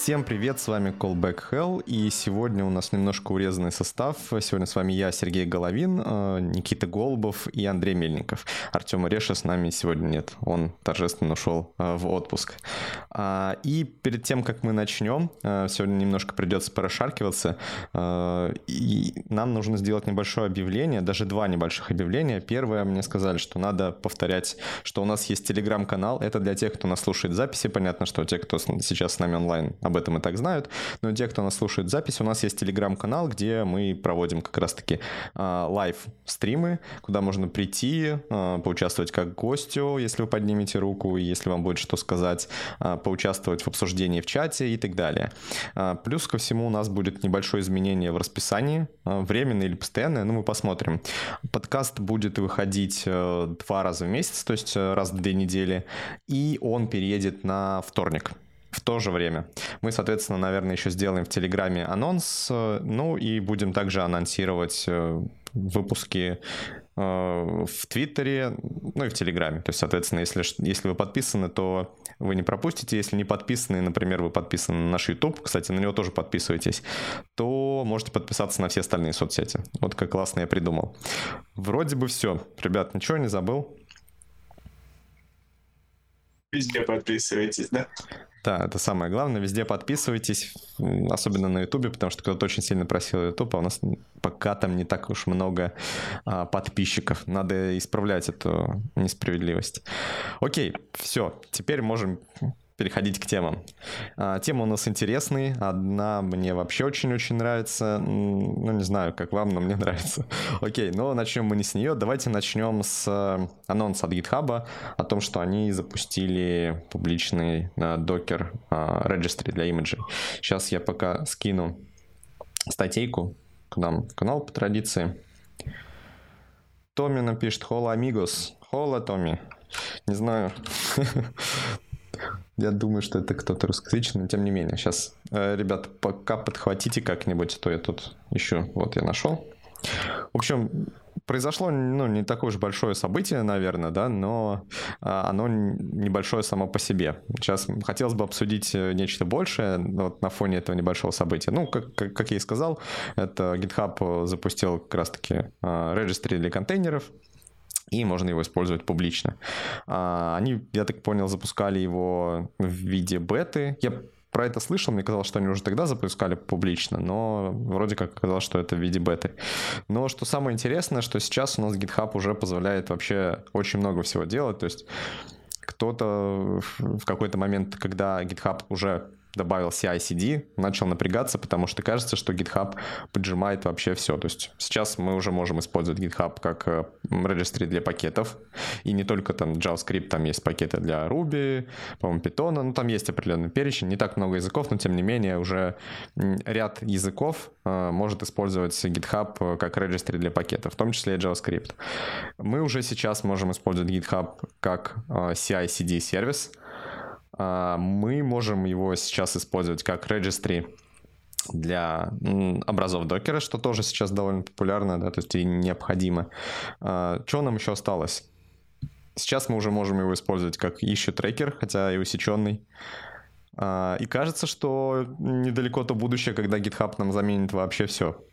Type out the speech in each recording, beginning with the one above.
Всем привет, с вами Callback Hell, и сегодня у нас немножко урезанный состав. Сегодня с вами я, Сергей Головин, Никита Голубов и Андрей Мельников. Артема Реша с нами сегодня нет, он торжественно ушел в отпуск. И перед тем, как мы начнем, сегодня немножко придется прошаркиваться, и нам нужно сделать небольшое объявление, даже два небольших объявления. Первое, мне сказали, что надо повторять, что у нас есть телеграм-канал, это для тех, кто нас слушает в записи, понятно, что те, кто сейчас с нами онлайн, об этом и так знают, но те, кто нас слушает запись, у нас есть телеграм-канал, где мы проводим как раз-таки лайв-стримы, куда можно прийти, поучаствовать как гостю, если вы поднимете руку, и если вам будет что сказать, поучаствовать в обсуждении в чате и так далее. Плюс ко всему у нас будет небольшое изменение в расписании, временное или постоянное, мы посмотрим. Подкаст будет выходить 2 раза в месяц, то есть раз в 2 недели, и он переедет на вторник. В то же время. Мы, соответственно, наверное, еще сделаем в Телеграме анонс, и будем также анонсировать выпуски в Твиттере, и в Телеграме. То есть, соответственно, если вы подписаны, то вы не пропустите. Если не подписаны, например, вы подписаны на наш YouTube, кстати, на него тоже подписывайтесь, то можете подписаться на все остальные соцсети. Вот как классно я придумал. Вроде бы все. Ребят, ничего не забыл? Везде подписывайтесь, да? Да, это самое главное. Везде подписывайтесь, особенно на Ютубе, потому что кто-то очень сильно просил Ютуб, а у нас пока там не так уж много подписчиков. Надо исправлять эту несправедливость. Окей, все, теперь можем переходить к темам. Темы у нас интересные. Одна мне вообще очень-очень нравится. Не знаю, как вам, но мне нравится. Окей, но начнем мы не с нее. Давайте начнем с анонса от GitHub о том, что они запустили публичный Docker Registry для имиджей. Сейчас я пока скину статейку к нам в канал по традиции. Томми напишет «Hola, amigos». «Hola, Томми». Не знаю... Я думаю, что это кто-то русскоязычный, но тем не менее. Сейчас, ребята, пока подхватите как-нибудь, то я тут ищу. Вот я нашел. В общем, произошло, не такое уж большое событие, наверное, да, но оно небольшое само по себе. Сейчас хотелось бы обсудить нечто большее вот на фоне этого небольшого события. Как я и сказал, это GitHub запустил как раз-таки registry для контейнеров, и можно его использовать публично. Они, я так понял, запускали его в виде беты. Я про это слышал, мне казалось, что они уже тогда запускали публично, но вроде как оказалось, что это в виде беты. Но что самое интересное, что сейчас у нас GitHub уже позволяет вообще очень много всего делать. То есть кто-то в какой-то момент, когда GitHub уже добавил CI/CD, начал напрягаться, потому что кажется, что GitHub поджимает вообще все. То есть сейчас мы уже можем использовать GitHub как registry для пакетов, и не только там JavaScript, там есть пакеты для Ruby, по-моему, Python, там есть определенный перечень, не так много языков, но тем не менее уже ряд языков может использовать GitHub как registry для пакетов, в том числе и JavaScript. Мы уже сейчас можем использовать GitHub как CI/CD сервис. Мы можем его сейчас использовать как registry для образов докера, что тоже сейчас довольно популярно, да, то есть и необходимо. Что нам еще осталось? Сейчас мы уже можем его использовать как issue tracker, хотя и усеченный. И кажется, что недалеко то будущее, когда GitHub нам заменит вообще все.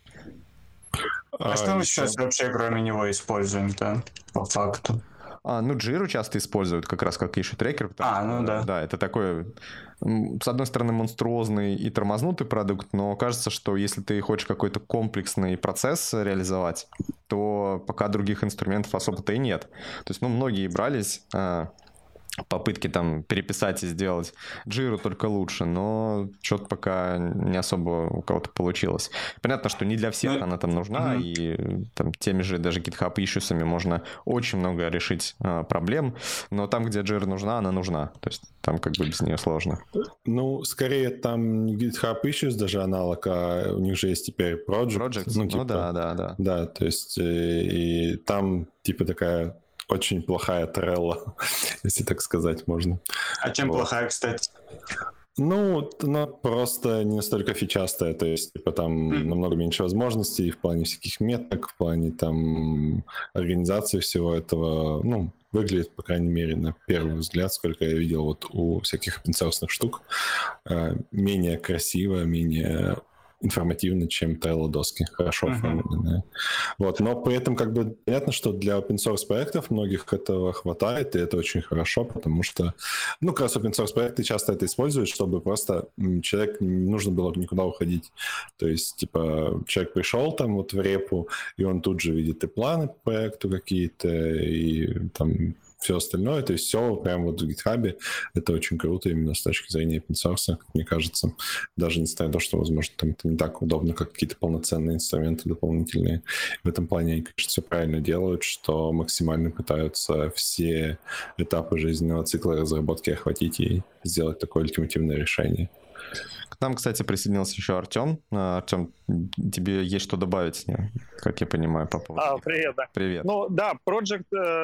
А что мы сейчас вообще кроме него используем-то, по факту? Jira часто используют как раз как issue tracker. Да. Да, это такой, с одной стороны, монструозный и тормознутый продукт, но кажется, что если ты хочешь какой-то комплексный процесс реализовать, то пока других инструментов особо-то и нет. То есть, многие брались попытки там переписать и сделать Jira только лучше, но что-то пока не особо у кого-то получилось. Понятно, что не для всех она там нужна, и там теми же даже GitHub issues'ами можно очень много решить проблем, но там, где Jira нужна, она нужна. То есть там как бы без нее сложно. Скорее там не GitHub issues даже аналог, а у них же есть теперь Project. Да. Да, то есть и там типа такая очень плохая Trello, если так сказать можно. А чем плохая, кстати? Она просто не настолько фичастая, то есть типа там намного меньше возможностей в плане всяких меток, в плане там организации всего этого, выглядит, по крайней мере, на первый взгляд, сколько я видел вот у всяких open-source штук, менее красиво, менее информативно, чем Trello-доски, хорошо оформленные. Вот. Но при этом как бы понятно, что для open-source проектов многих этого хватает, и это очень хорошо, потому что, ну, как раз open-source проекты часто это используют, чтобы просто человек не нужно было никуда уходить. То есть, типа, человек пришел там вот в репу, и он тут же видит и планы по проекту какие-то, и там все остальное, то есть все прямо вот в GitHub, это очень круто именно с точки зрения open source, как мне кажется, даже несмотря на то, что, возможно, там это не так удобно, как какие-то полноценные инструменты дополнительные. В этом плане они, конечно, все правильно делают, что максимально пытаются все этапы жизненного цикла разработки охватить и сделать такое ультимативное решение. К нам, кстати, присоединился еще Артем. Артем, тебе есть что добавить, как я понимаю, по поводу... Привет, да. Привет. Ну да, проекты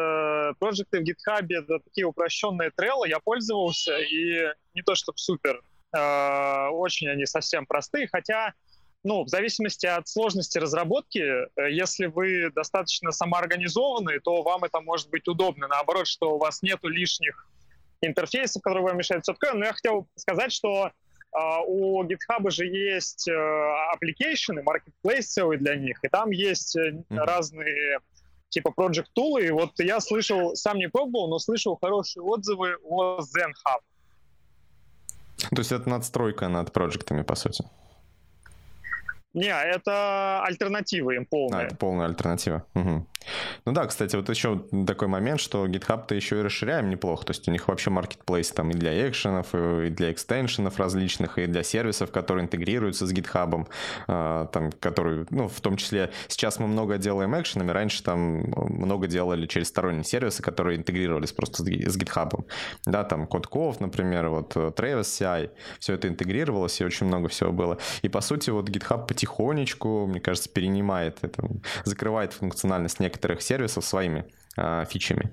в GitHub — это такие упрощенные Trello, я пользовался, и не то чтобы супер, очень они совсем простые, хотя, ну, в зависимости от сложности разработки, если вы достаточно самоорганизованы, то вам это может быть удобно. Наоборот, что у вас нету лишних интерфейсов, которые вам мешают, все такое. Но я хотел сказать, что у GitHub же есть application, marketplace целый для них, и там есть разные типа project тулы. И вот я слышал, сам не пробовал, но слышал хорошие отзывы о ZenHub. То есть это надстройка над проектами, по сути? Не, это альтернатива им полная. Это полная альтернатива. Угу. Ну да, кстати, вот еще такой момент, что GitHub-то еще и расширяем неплохо. То есть у них вообще маркетплейс там и для экшенов, и для экстеншенов различных, и для сервисов, которые интегрируются с GitHub, там, которые, ну, в том числе, сейчас мы много делаем экшенами, раньше там много делали через сторонние сервисы, которые интегрировались просто с GitHub. Да, там CodeCov, например, вот Travis CI, все это интегрировалось, и очень много всего было. И по сути вот GitHub потихонечку, мне кажется, перенимает это, закрывает функциональность некоторых сервисов своими фичами.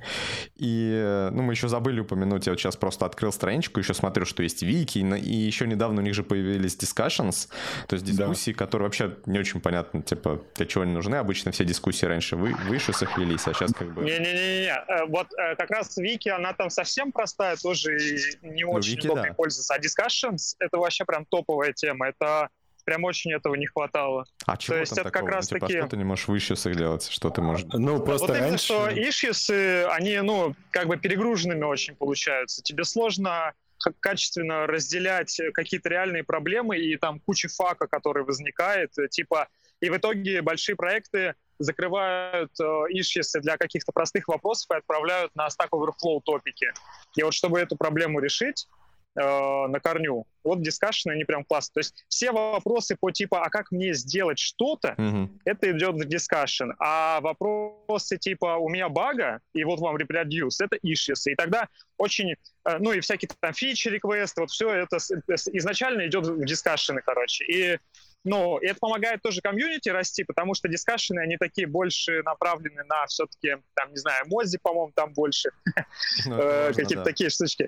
И, ну, мы еще забыли упомянуть, я вот сейчас просто открыл страничку, еще смотрю, что есть вики, и еще недавно у них же появились discussions, то есть дискуссии, которые вообще не очень понятно, типа, для чего они нужны. Обычно все дискуссии раньше в ишьюсах велись, а сейчас как бы... Не-не-не, вот как раз вики, она там совсем простая, тоже не очень удобно пользоваться, а discussions — это вообще прям топовая тема, это прям очень этого не хватало. А чего то есть там это такого? Как раз типа, таки... что ты не можешь в ишьюсах делать? Что ты можешь... Ну, просто вот именно, раньше... что ишьюсы, они, ну, как бы перегруженными очень получаются. Тебе сложно качественно разделять какие-то реальные проблемы и там куча фака, который возникает, типа... И в итоге большие проекты закрывают ишьюсы для каких-то простых вопросов и отправляют на Stack Overflow топики. И вот чтобы эту проблему решить на корню, вот дискашены, они прям классные. То есть все вопросы по типа, а как мне сделать что-то, это идет в дискашен. А вопросы типа, у меня бага, и вот вам reproduce, это issues. И тогда очень, ну и всякие там фичи-реквесты, вот все это изначально идет в дискашены, короче. И ну, это помогает тоже комьюнити расти, потому что дискашены, они такие больше направлены на все-таки, там, не знаю, Mozi, по-моему, там больше. Какие-то такие штучки.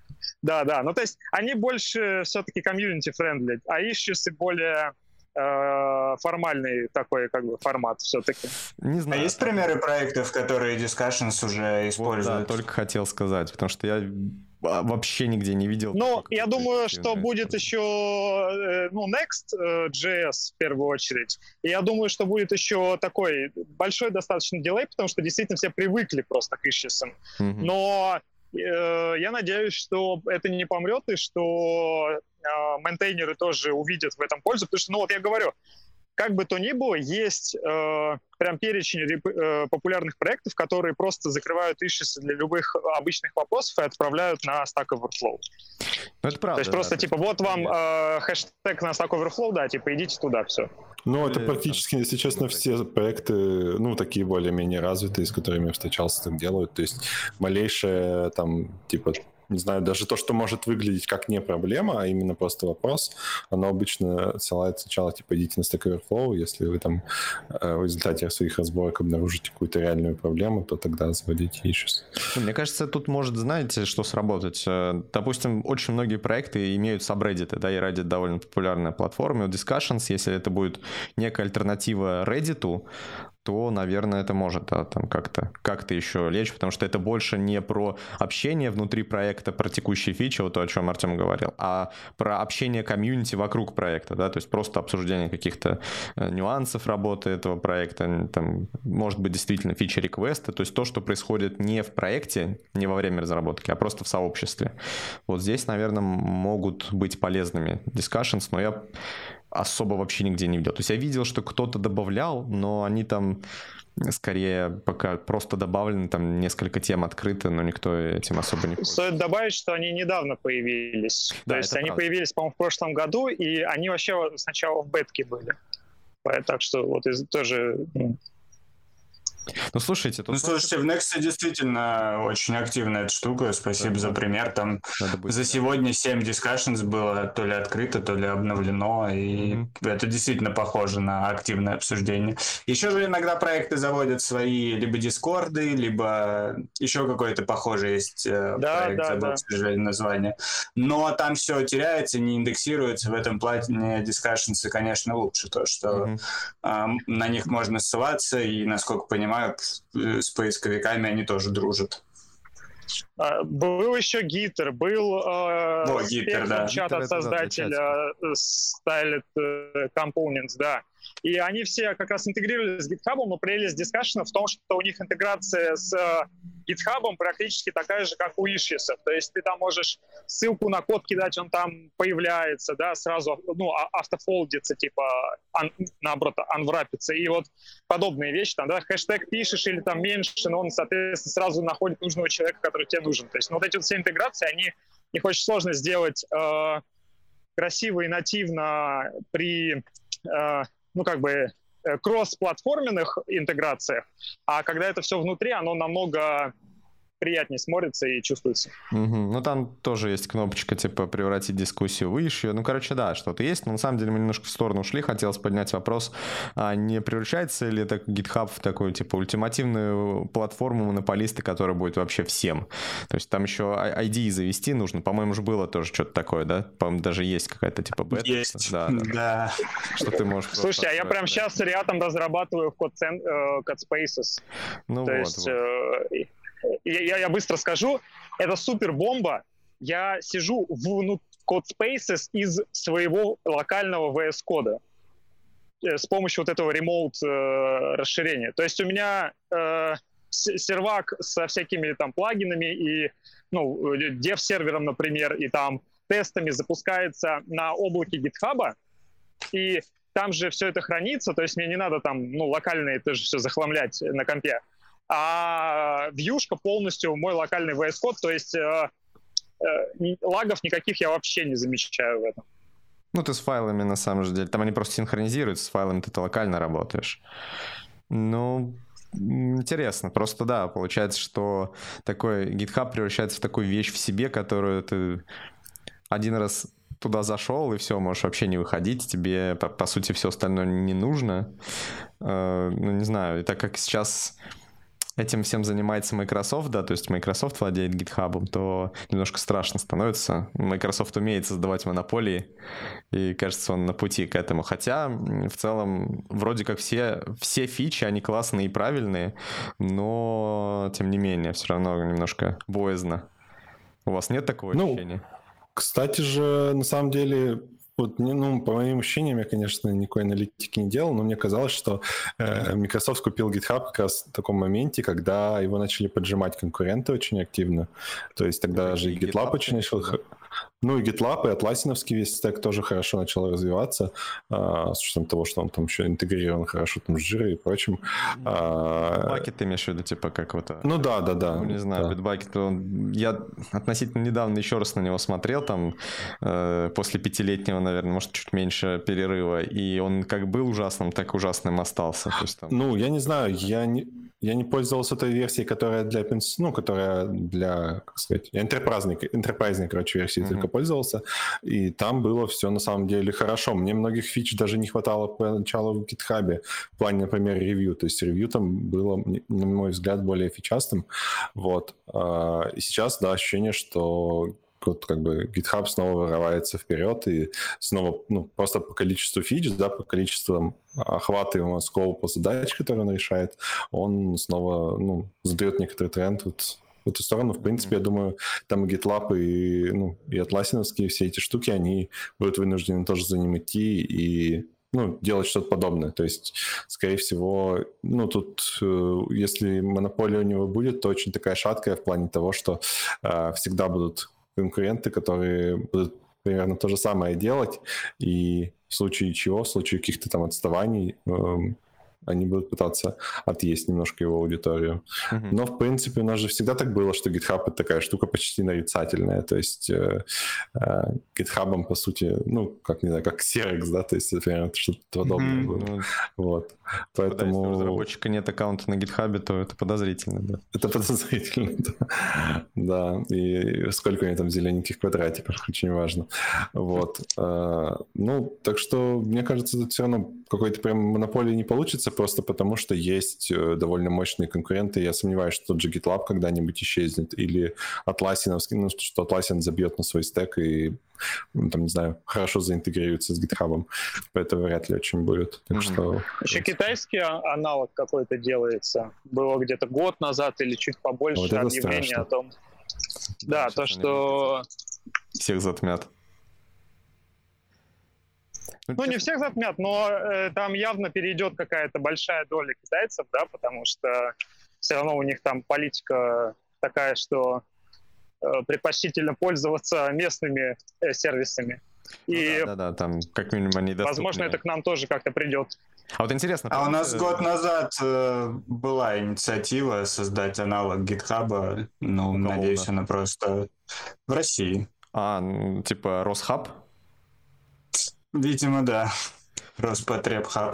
Да, ну то есть они больше все-таки комьюнити-френдли, а ишьюсы более формальный такой как бы формат все-таки. Не знаю. А есть примеры проектов, которые Discussions уже используют? Вот, да, только хотел сказать, потому что я вообще нигде не видел. Ну, я думаю, что будет еще Next.js в первую очередь. И я думаю, что будет еще такой большой достаточно дилей, потому что действительно все привыкли просто к ишьюсам. Но я надеюсь, что это не помрет, и что мейнтейнеры тоже увидят в этом пользу, потому что, ну вот я говорю, как бы то ни было, есть прям перечень популярных проектов, которые просто закрывают ишьюсы для любых обычных вопросов и отправляют на Stack Overflow. Ну, это правда. То есть просто типа вот вам хэштег на Stack Overflow, да, типа идите туда, все. Ну, это практически, если честно, все проекты, ну, такие более-менее развитые, с которыми я встречался, так делают. То есть малейшее там, типа, не знаю, даже то, что может выглядеть как не проблема, а именно просто вопрос, оно обычно ссылает сначала, типа, идите на Stack Overflow, если вы там в результате своих разборок обнаружите какую-то реальную проблему, то тогда заводите issues. Мне кажется, тут может, знаете, что сработать? Допустим, очень многие проекты имеют сабреддиты, да, и Reddit довольно популярная платформа, и Discussions, если это будет некая альтернатива Reddit'у, то, наверное, это может там как-то еще лечь, потому что это больше не про общение внутри проекта, про текущие фичи, вот то, о чем Артем говорил, а про общение комьюнити вокруг проекта, да, то есть просто обсуждение каких-то нюансов работы этого проекта, там, может быть, действительно фичи-реквесты, то есть то, что происходит не в проекте, не во время разработки, а просто в сообществе. Вот здесь, наверное, могут быть полезными discussions, но я особо вообще нигде не видел. То есть я видел, что кто-то добавлял, но они там скорее пока просто добавлены, там несколько тем открыты, но никто этим особо не пользуется. Стоит добавить, что они недавно появились. Да, то есть они появились, по-моему, в прошлом году, и они вообще сначала в бетке были. Так что вот тоже... Ну, слушайте... слушайте, в Next действительно очень активная эта штука. Спасибо за пример. Там за сегодня 7 discussions было то ли открыто, то ли обновлено. И это действительно похоже на активное обсуждение. Еще же иногда проекты заводят свои либо дискорды, либо еще какой-то похожий есть проект, забыл, к сожалению, название. Но там все теряется, не индексируется. В этом плане discussions, конечно, лучше. То, что на них можно ссылаться, и, насколько понимаю, с поисковиками они тоже дружат. Был еще Gitter, был чат от создателя Styled Components, да. И они все как раз интегрировались с GitHub, но прелесть Discussion в том, что у них интеграция с GitHub практически такая же, как у Issues. То есть ты там можешь ссылку на код кидать, он там появляется, да, сразу, автофолдится, типа, наоборот, анврапится. И вот подобные вещи, там, да, хэштег пишешь или там меньше, но он, соответственно, сразу находит нужного человека, который тебе нужен. То есть вот эти вот все интеграции, их очень сложно сделать красиво и нативно при... кросс-платформенных интеграциях, а когда это все внутри, оно намного приятнее смотрится и чувствуется. Ну, там тоже есть кнопочка, типа, превратить дискуссию в issue. Ну, короче, да, что-то есть, но на самом деле мы немножко в сторону ушли. Хотелось поднять вопрос, а не превращается ли так GitHub в такую, типа, ультимативную платформу монополиста, которая будет вообще всем? То есть там еще ID завести нужно. По-моему, уже было тоже что-то такое, да? По-моему, даже есть какая-то, типа, бета. Есть, да. Что ты можешь... Слушайте, а я прям сейчас с Риатом разрабатываю в Codespaces. Ну, то вот. Есть, я быстро скажу, это супер бомба. Я сижу в Codespaces из своего локального VS кода с помощью вот этого remote расширения. То есть у меня сервак со всякими там плагинами и dev-сервером, например, и там тестами запускается на облаке GitHub, и там же все это хранится, то есть мне не надо там локально это же все захламлять на компе. А вьюшка полностью мой локальный VS Code, то есть лагов никаких я вообще не замечаю в этом. Ну, ты с файлами на самом же деле, там они просто синхронизируются, с файлами ты локально работаешь. Ну, интересно, просто да, получается, что такой GitHub превращается в такую вещь в себе, которую ты один раз туда зашел, и все, можешь вообще не выходить, тебе, по сути, все остальное не нужно. Не знаю, и так как сейчас... Этим всем занимается Microsoft, да, то есть Microsoft владеет GitHub, то немножко страшно становится. Microsoft умеет создавать монополии, и кажется, он на пути к этому. Хотя, в целом, вроде как все фичи, они классные и правильные, но, тем не менее, все равно немножко боязно. У вас нет такого ощущения? Кстати же, на самом деле... Вот, по моим ощущениям, я, конечно, никакой аналитики не делал, но мне казалось, что Microsoft купил GitHub как раз в таком моменте, когда его начали поджимать конкуренты очень активно. То есть тогда же и GitLab очень начал... Ну и GitLab, и атласиновский весь стек тоже хорошо начал развиваться, с учетом того, что он там еще интегрирован хорошо там с Jira и прочим. Bitbucket ты имеешь в виду, типа как вот... Ну да. Ну, не знаю, да. Bitbucket, я относительно недавно еще раз на него смотрел, там, после 5-летнего, наверное, может, чуть меньше перерыва, и он как был ужасным, так ужасным остался. То есть, там... Ну, я не знаю, я не пользовался той версией, которая которая для, как сказать, enterprise, короче, версии только пользовался, и там было все на самом деле хорошо. Мне многих фич даже не хватало поначалу в GitHub, в плане, например, ревью. То есть ревью там было, на мой взгляд, более фичастым. Вот. И сейчас, да, ощущение, что вот как бы GitHub снова вырывается вперед, и снова, просто по количеству фич, да, по количеству охватываемого скопа задач, которые он решает, он снова, задает некоторый тренд вот в эту сторону. В принципе, я думаю, там и GitLab, и атласиновские все эти штуки, они будут вынуждены тоже за ним идти и делать что-то подобное. То есть, скорее всего, тут, если монополия у него будет, то очень такая шаткая в плане того, что всегда будут конкуренты, которые будут примерно то же самое делать, и в случае чего, в случае каких-то там отставаний, они будут пытаться отъесть немножко его аудиторию. Но, в принципе, у нас же всегда так было, что GitHub — это такая штука почти нарицательная. То есть GitHub, по сути, как Xerox, да, то есть это примерно что-то подобное было. Вот. Поэтому... Если у разработчика нет аккаунта на GitHub, то это подозрительно, да. Это подозрительно, да. Да, и сколько у него там зелененьких квадратиков, очень важно. Вот. Так что, мне кажется, тут все равно какой-то прям монополии не получится, просто потому что есть довольно мощные конкуренты. Я сомневаюсь, что тот же GitLab когда-нибудь исчезнет, или Atlassian, что Atlassian забьет на свой стек и, там, не знаю, хорошо заинтегрируется с GitHub. Поэтому вряд ли очень будет. Так что... Еще китайский аналог какой-то делается. Было где-то год назад или чуть побольше вот объявление о том. Да, то, что... Всех затмят. Не всех затмят, но там явно перейдет какая-то большая доля китайцев, да, потому что все равно у них там политика такая, что предпочтительно пользоваться местными сервисами. И, да, там как минимум они доступны. Возможно, это к нам тоже как-то придет. А вот интересно... у нас год назад была инициатива создать аналог GitHub, надеюсь, она просто в России. Типа Росхаб? Видимо, да. Роспотребхаб.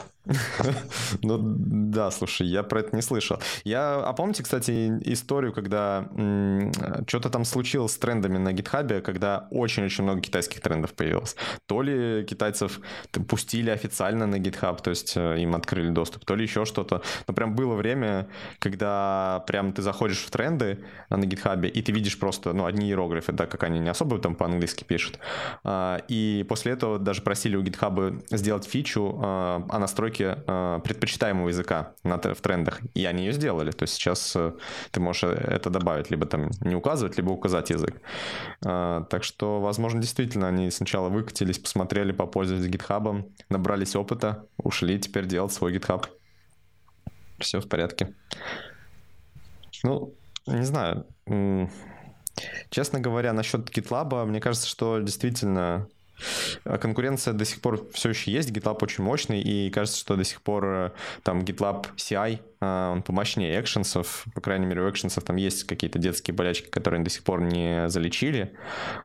Да, слушай, я про это не слышал. А помните, кстати, историю, когда что-то там случилось с трендами на GitHub, когда очень-очень много китайских трендов появилось. То ли китайцев пустили официально на GitHub, то есть им открыли доступ, то ли еще что-то. Но прям было время, когда прям ты заходишь в тренды на GitHub, и ты видишь просто, одни иероглифы, да, как они не особо там по-английски пишут. И после этого даже просили у GitHub сделать фичу о настройке предпочитаемого языка в трендах, и они ее сделали. То есть сейчас ты можешь это добавить, либо там не указывать, либо указать язык. Так что, возможно, действительно они сначала выкатились, посмотрели, попользовались GitHub, набрались опыта, ушли теперь делать свой GitHub. Все в порядке. Не знаю. Честно говоря, насчет GitLab, мне кажется, что действительно... конкуренция до сих пор все еще есть, GitLab очень мощный, и кажется, что до сих пор там GitLab CI, он помощнее экшенсов, по крайней мере у экшенсов там есть какие-то детские болячки, которые они до сих пор не залечили,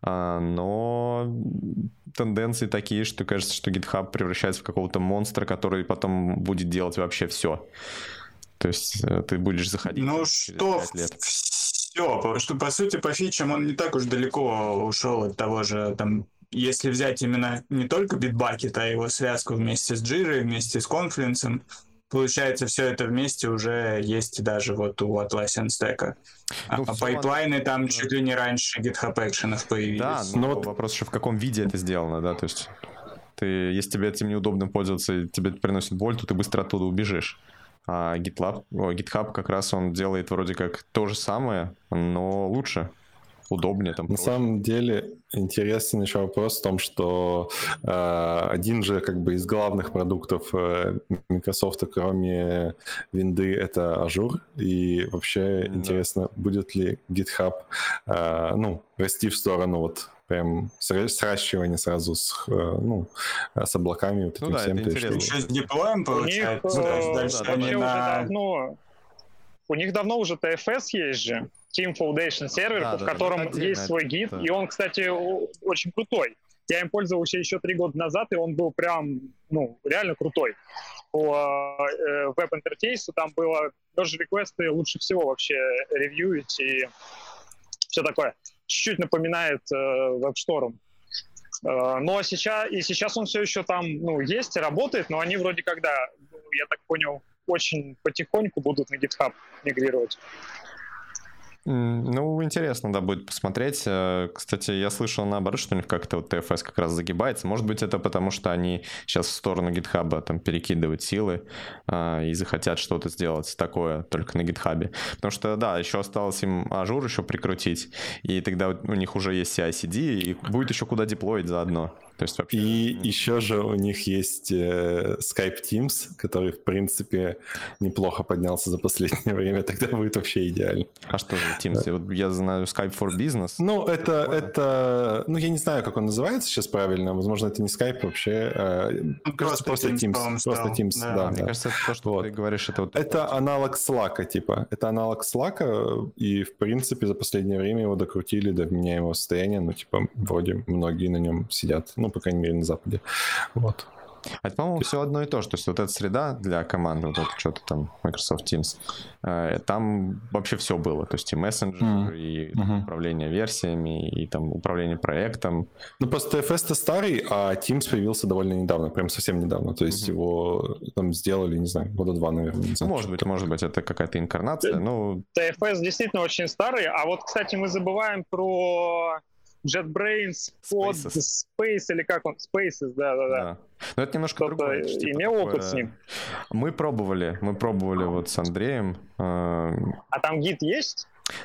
но тенденции такие, что кажется, что GitHub превращается в какого-то монстра, который потом будет делать вообще все. То есть ты будешь заходить через 5 лет. Все, что по сути по фичам он не так уж далеко ушел от того же там. Если взять именно не только Bitbucket, а его связку вместе с Jira, вместе с Confluence, получается, все это вместе уже есть даже вот у Atlassian Stack. Пайплайны там чуть ли не раньше GitHub Action'ов появились. Да, но вопрос еще в каком виде это сделано, да, то есть если тебе этим неудобно пользоваться, и тебе это приносит боль, то ты быстро оттуда убежишь. А GitHub как раз он делает вроде как то же самое, но лучше. Удобнее там. На самом деле интересный еще вопрос в том, что один же как бы из главных продуктов Microsoft, кроме винды, это Azure. И вообще интересно, будет ли GitHub расти в сторону вот прям сращивания сразу с облаками, вот этим всем. Это интересно. Еще с деплоем получается. У них давно уже TFS есть же. Team Foundation сервер, в котором есть свой гид, и он, кстати, очень крутой. Я им пользовался еще 3 года назад, и он был прям, реально крутой. По веб-интерфейсу там было merge-реквесты лучше всего вообще ревьюить и все такое. Чуть-чуть напоминает WebStorm. Но сейчас он все еще там, есть и работает, но они вроде когда, я так понял, очень потихоньку будут на GitHub мигрировать. Ну, интересно, да, будет посмотреть. Кстати, я слышал наоборот, что у них как-то вот TFS как раз загибается. Может быть, это потому, что они сейчас в сторону GitHub там перекидывают силы и захотят что-то сделать такое только на GitHub. Потому что, да, еще осталось им Ажур еще прикрутить, и тогда у них уже есть CI/CD, и будет еще куда деплоить заодно. То есть вообще... И еще же у них есть Skype Teams, который, в принципе, неплохо поднялся за последнее время. Тогда будет вообще идеально. А что же Teams? Да. Вот я знаю Skype for Business. Ну, это... Ну, я не знаю, как он называется сейчас правильно. Возможно, это не Skype вообще. Просто Teams. Просто Teams, да. Мне кажется, это то, что ты говоришь. Это аналог Slack, типа. Это аналог Slack, и, в принципе, за последнее время его докрутили до вменяемого состояния. Ну, типа, вроде многие на нем сидят. Ну, по крайней мере, на Западе. Вот. Это, по-моему, все одно и то же. То есть вот эта среда для команды, вот это что-то там, Microsoft Teams, там вообще все было. То есть и мессенджер, и управление версиями, и там управление проектом. Ну, просто TFS-то старый, а Teams появился довольно недавно, прям совсем недавно. То есть его там сделали, не знаю, года 2, наверное. Не знаю, может быть, это какая-то инкарнация. Ну... TFS действительно очень старый. А вот, кстати, мы забываем про... JetBrains под Space, или как он? Spaces, да. Но это немножко другое. Типа имел опыт с ним? Мы пробовали вот с Андреем. А там гид есть?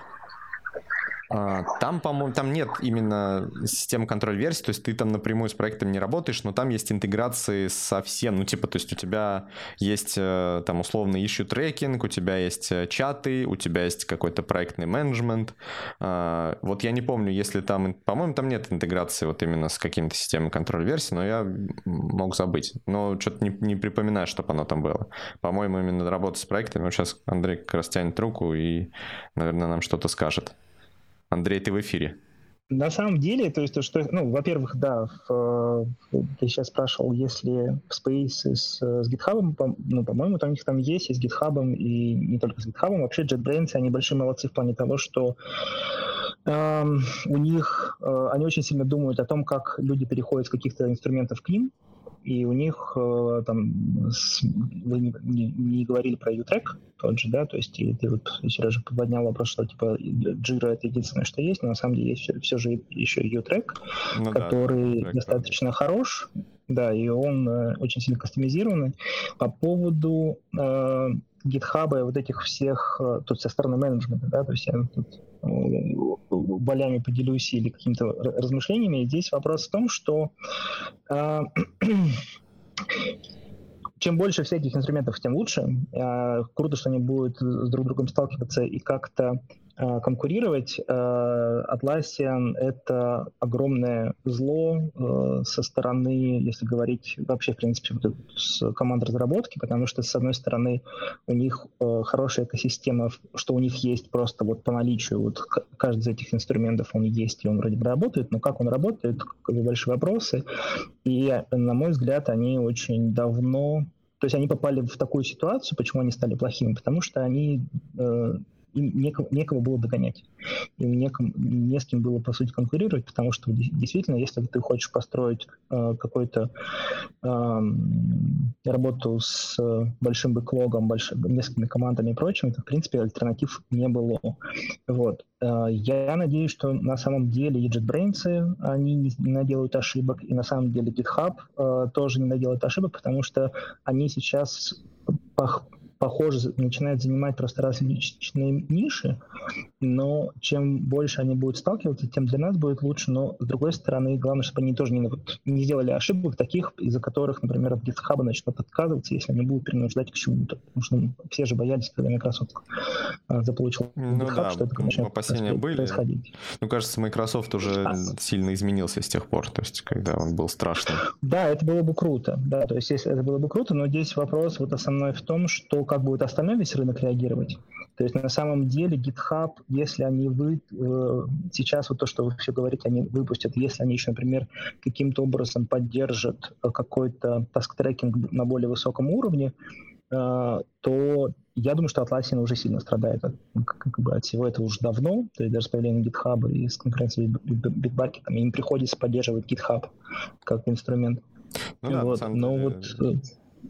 Там, по-моему, там нет именно системы контроля версий, то есть ты там напрямую с проектом не работаешь, но там есть интеграции со всем, ну типа, то есть у тебя есть там условно issue tracking, у тебя есть чаты, у тебя есть какой-то проектный менеджмент. Вот я не помню, если там, по-моему, там нет интеграции вот именно с какими-то системами контроля версий, но я мог забыть, но что-то не припоминаю, чтобы оно там было. По-моему, именно работа с проектами, вот сейчас Андрей как раз тянет руку и, наверное, нам что-то скажет. Андрей, ты в эфире. На самом деле, то есть, что, ну, во-первых, да, ты сейчас спрашивал, если в Space с GitHub, по-моему, там у них там есть и с GitHub, и не только с GitHub. Вообще JetBrains, они большие молодцы в плане того, что у них, они очень сильно думают о том, как люди переходят с каких-то инструментов к ним, и у них там, вы не говорили про U-Track тот же, да, то есть ты вот, Сережа, поднял вопрос, что типа Jira это единственное, что есть, но на самом деле есть все же еще U-Track, который достаточно хорош, да, и он очень сильно кастомизированный. По поводу GitHub и вот этих всех, тут со стороны менеджмента, да, то есть я тут болями поделюсь или какими-то размышлениями. Здесь вопрос в том, что чем больше всяких инструментов, тем лучше. Круто, что они будут с друг другом сталкиваться и как-то конкурировать. Atlassian — это огромное зло со стороны, если говорить вообще, в принципе, с команд разработки, потому что, с одной стороны, у них хорошая экосистема, что у них есть просто вот по наличию, вот каждый из этих инструментов он есть, и он вроде бы работает, но как он работает, большие вопросы. И, на мой взгляд, они очень давно... То есть они попали в такую ситуацию, почему они стали плохими, потому что они... им некого было догонять. Им не с кем было, по сути, конкурировать, потому что действительно, если ты хочешь построить какую-то работу с большим бэклогом, несколькими командами и прочим, то, в принципе, альтернатив не было. Вот. Я надеюсь, что на самом деле и JetBrains, они не наделают ошибок, и на самом деле GitHub тоже не наделает ошибок, потому что они сейчас похоже, начинают занимать просто различные ниши, но чем больше они будут сталкиваться, тем для нас будет лучше, но с другой стороны, главное, чтобы они тоже не сделали ошибок таких, из-за которых, например, от GitHub начнут отказываться, если они будут принуждать к чему-то. Потому что все же боялись, когда Microsoft заполучил GitHub, да, что это начнет происходить. Ну, кажется, Microsoft уже сильно изменился с тех пор, то есть, когда он был страшным. Да, это было бы круто, да, то есть, если это было бы круто, но здесь вопрос вот основной в том, что как будет остальной весь рынок реагировать. То есть на самом деле GitHub, если они сейчас вот то, что вы все говорите, они выпустят, если они еще, например, каким-то образом поддержат какой-то таск-трекинг на более высоком уровне, то я думаю, что Atlassian уже сильно страдает от всего этого уже давно, то есть даже с появлением GitHub и с конкуренцией Bitbucket, им приходится поддерживать GitHub как инструмент. Ну да, вот. на самом деле...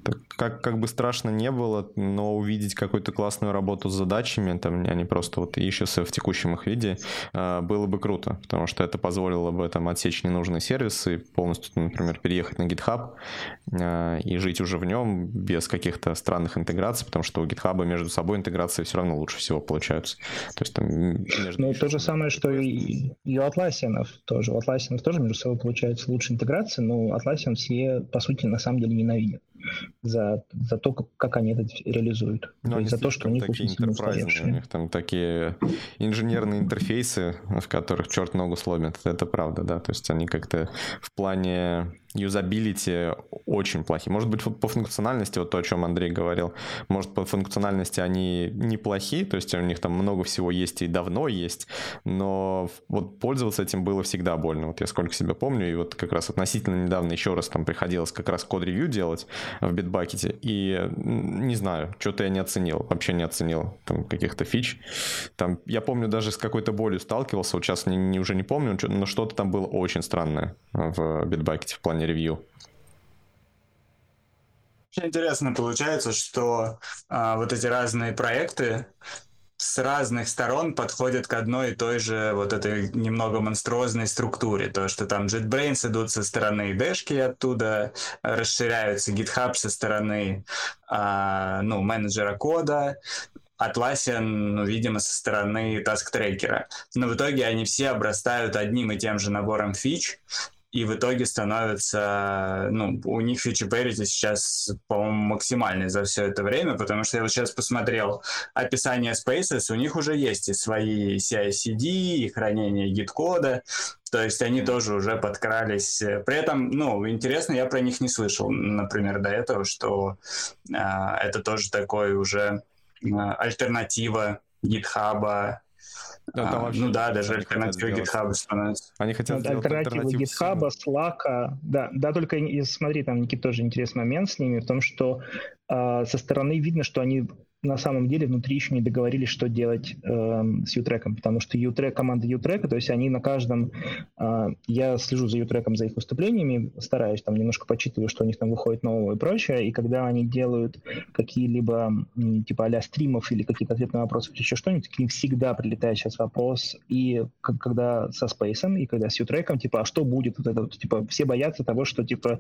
как бы страшно не было, но увидеть какую-то классную работу с задачами, там, а не просто вот issue в текущем их виде, было бы круто, потому что это позволило бы там отсечь ненужные сервисы, полностью, например, переехать на GitHub и жить уже в нем без каких-то странных интеграций, потому что у GitHub между собой интеграции все равно лучше всего получаются. То есть там ну, то же самое, что и у Atlassian тоже. У Atlassian тоже между собой получается лучше интеграция, но Atlassian все, по сути, на самом деле ненавидят за то, как они это реализуют. То есть за то, что у них очень сильно устаревшие. У них там такие инженерные интерфейсы, в которых черт ногу сломит. Это правда, да. То есть они как-то в плане юзабилити очень плохие. Может быть, по функциональности, вот то, о чем Андрей говорил, может, по функциональности они неплохие, то есть у них там много всего есть и давно есть, но вот пользоваться этим было всегда больно. Вот я сколько себя помню, и вот как раз относительно недавно еще раз там приходилось как раз код-ревью делать в Bitbucket, и не знаю, что-то я не оценил, вообще не оценил там каких-то фич. Там, я помню, даже с какой-то болью сталкивался, вот сейчас уже не помню, но что-то там было очень странное в Bitbucket в плане ревью. Очень интересно получается, что вот эти разные проекты с разных сторон подходят к одной и той же вот этой немного монструозной структуре. То, что там JetBrains идут со стороны Dashки, оттуда расширяются GitHub со стороны менеджера кода, Atlassian, видимо, со стороны task-трекера. Но в итоге они все обрастают одним и тем же набором фич, и в итоге становится, у них feature parity сейчас, по-моему, максимальный за все это время, потому что я вот сейчас посмотрел описание Spaces, у них уже есть и свои CI/CD, и хранение гид-кода, то есть они тоже уже подкрались. При этом, интересно, я про них не слышал, например, до этого, что это тоже такой уже альтернатива GitHub. Да, даже альтернатива GitHub становится. Они хотят сделать альтернативу GitHub, Slack. Да, только смотри, там, Никит, тоже интересный момент с ними в том, что со стороны видно, что они на самом деле внутри еще не договорились, что делать с U-треком, потому что команда U-трека, то есть они на каждом... я слежу за U-треком, за их выступлениями, стараюсь, там немножко почитываю, что у них там выходит нового и прочее, и когда они делают какие-либо типа а-ля стримов или какие-то ответы на вопросы или еще что-нибудь, к ним всегда прилетает сейчас вопрос, и когда со Space, и когда с U-треком, типа, а что будет? Вот это, типа, все боятся того, что, типа,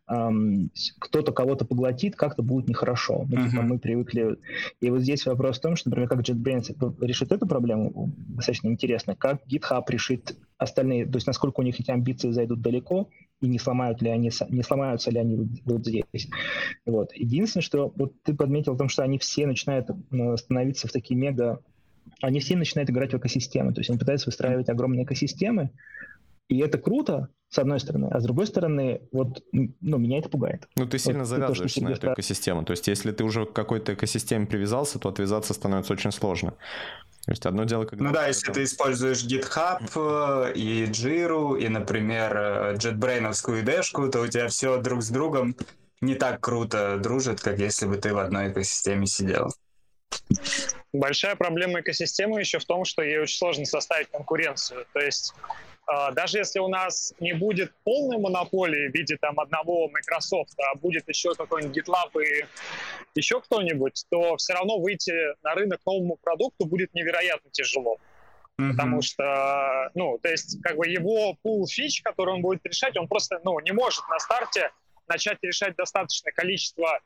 кто-то кого-то поглотит, как-то будет нехорошо. Типа, мы привыкли... И вот здесь вопрос в том, что, например, как JetBrains решит эту проблему, достаточно интересно, как GitHub решит остальные, то есть насколько у них эти амбиции зайдут далеко, и не сломаются ли они вот здесь. Вот. Единственное, что вот ты подметил в том, что они все начинают становиться в такие они все начинают играть в экосистемы, то есть они пытаются выстраивать огромные экосистемы, и это круто, с одной стороны, а с другой стороны, меня это пугает. Ты сильно завязываешься на эту экосистему. То есть, если ты уже к какой-то экосистеме привязался, то отвязаться становится очень сложно. То есть, одно дело, когда... если ты используешь GitHub и Jira, и, например, JetBrains-овскую Dashку, то у тебя все друг с другом не так круто дружит, как если бы ты в одной экосистеме сидел. Большая проблема экосистемы еще в том, что ей очень сложно составить конкуренцию. То есть даже если у нас не будет полной монополии в виде там одного Microsoft, а будет еще какой-нибудь GitLab и еще кто-нибудь, то все равно выйти на рынок новому продукту будет невероятно тяжело. Потому что, то есть, как бы его пул фич, который он будет решать, он просто, не может на старте начать решать достаточное количество,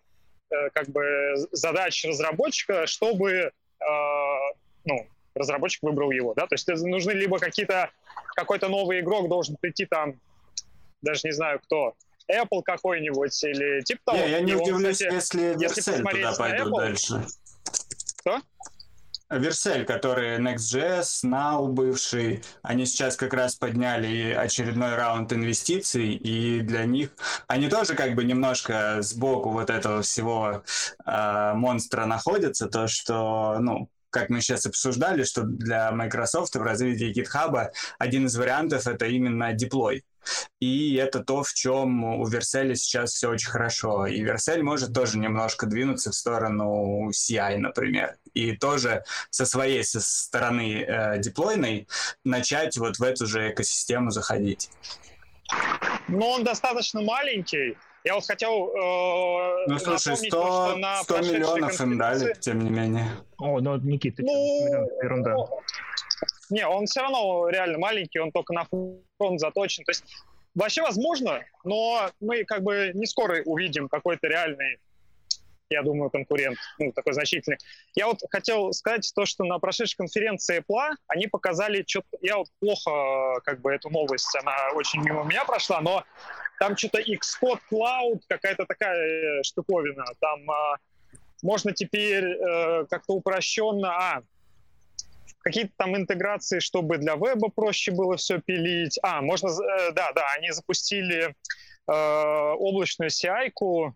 задач разработчика, чтобы, разработчик выбрал его, да, то есть нужны либо какой-то новый игрок должен прийти там, даже не знаю кто, Apple какой-нибудь или типа того. Я не удивлюсь, если Vercel туда пойдут дальше. Кто? Vercel, который Next.js, Now бывший, они сейчас как раз подняли очередной раунд инвестиций, и для них они тоже немножко сбоку вот этого всего монстра находятся, то что, как мы сейчас обсуждали, что для Microsoft в развитии GitHub один из вариантов — это именно деплой. И это то, в чем у Vercel сейчас все очень хорошо. И Vercel может тоже немножко двинуться в сторону CI, например. И тоже со стороны деплойной начать вот в эту же экосистему заходить. Но он достаточно маленький, Я вот хотел слушай, напомнить, что на 100 миллионов им дали, тем не менее. Никита, ерунда. Не, он все равно реально маленький, он только на фронт заточен. То есть вообще возможно, но мы как бы не скоро увидим какой-то реальный, я думаю, конкурент, такой значительный. Я вот хотел сказать то, что на прошедшей конференции Apple они показали что-то... Я вот плохо как бы эту новость, она очень мимо меня прошла, но там что-то Xcode Cloud, какая-то такая штуковина. Там можно теперь как-то упрощенно... Какие-то там интеграции, чтобы для веба проще было все пилить. Можно... Да, они запустили облачную CI-ку,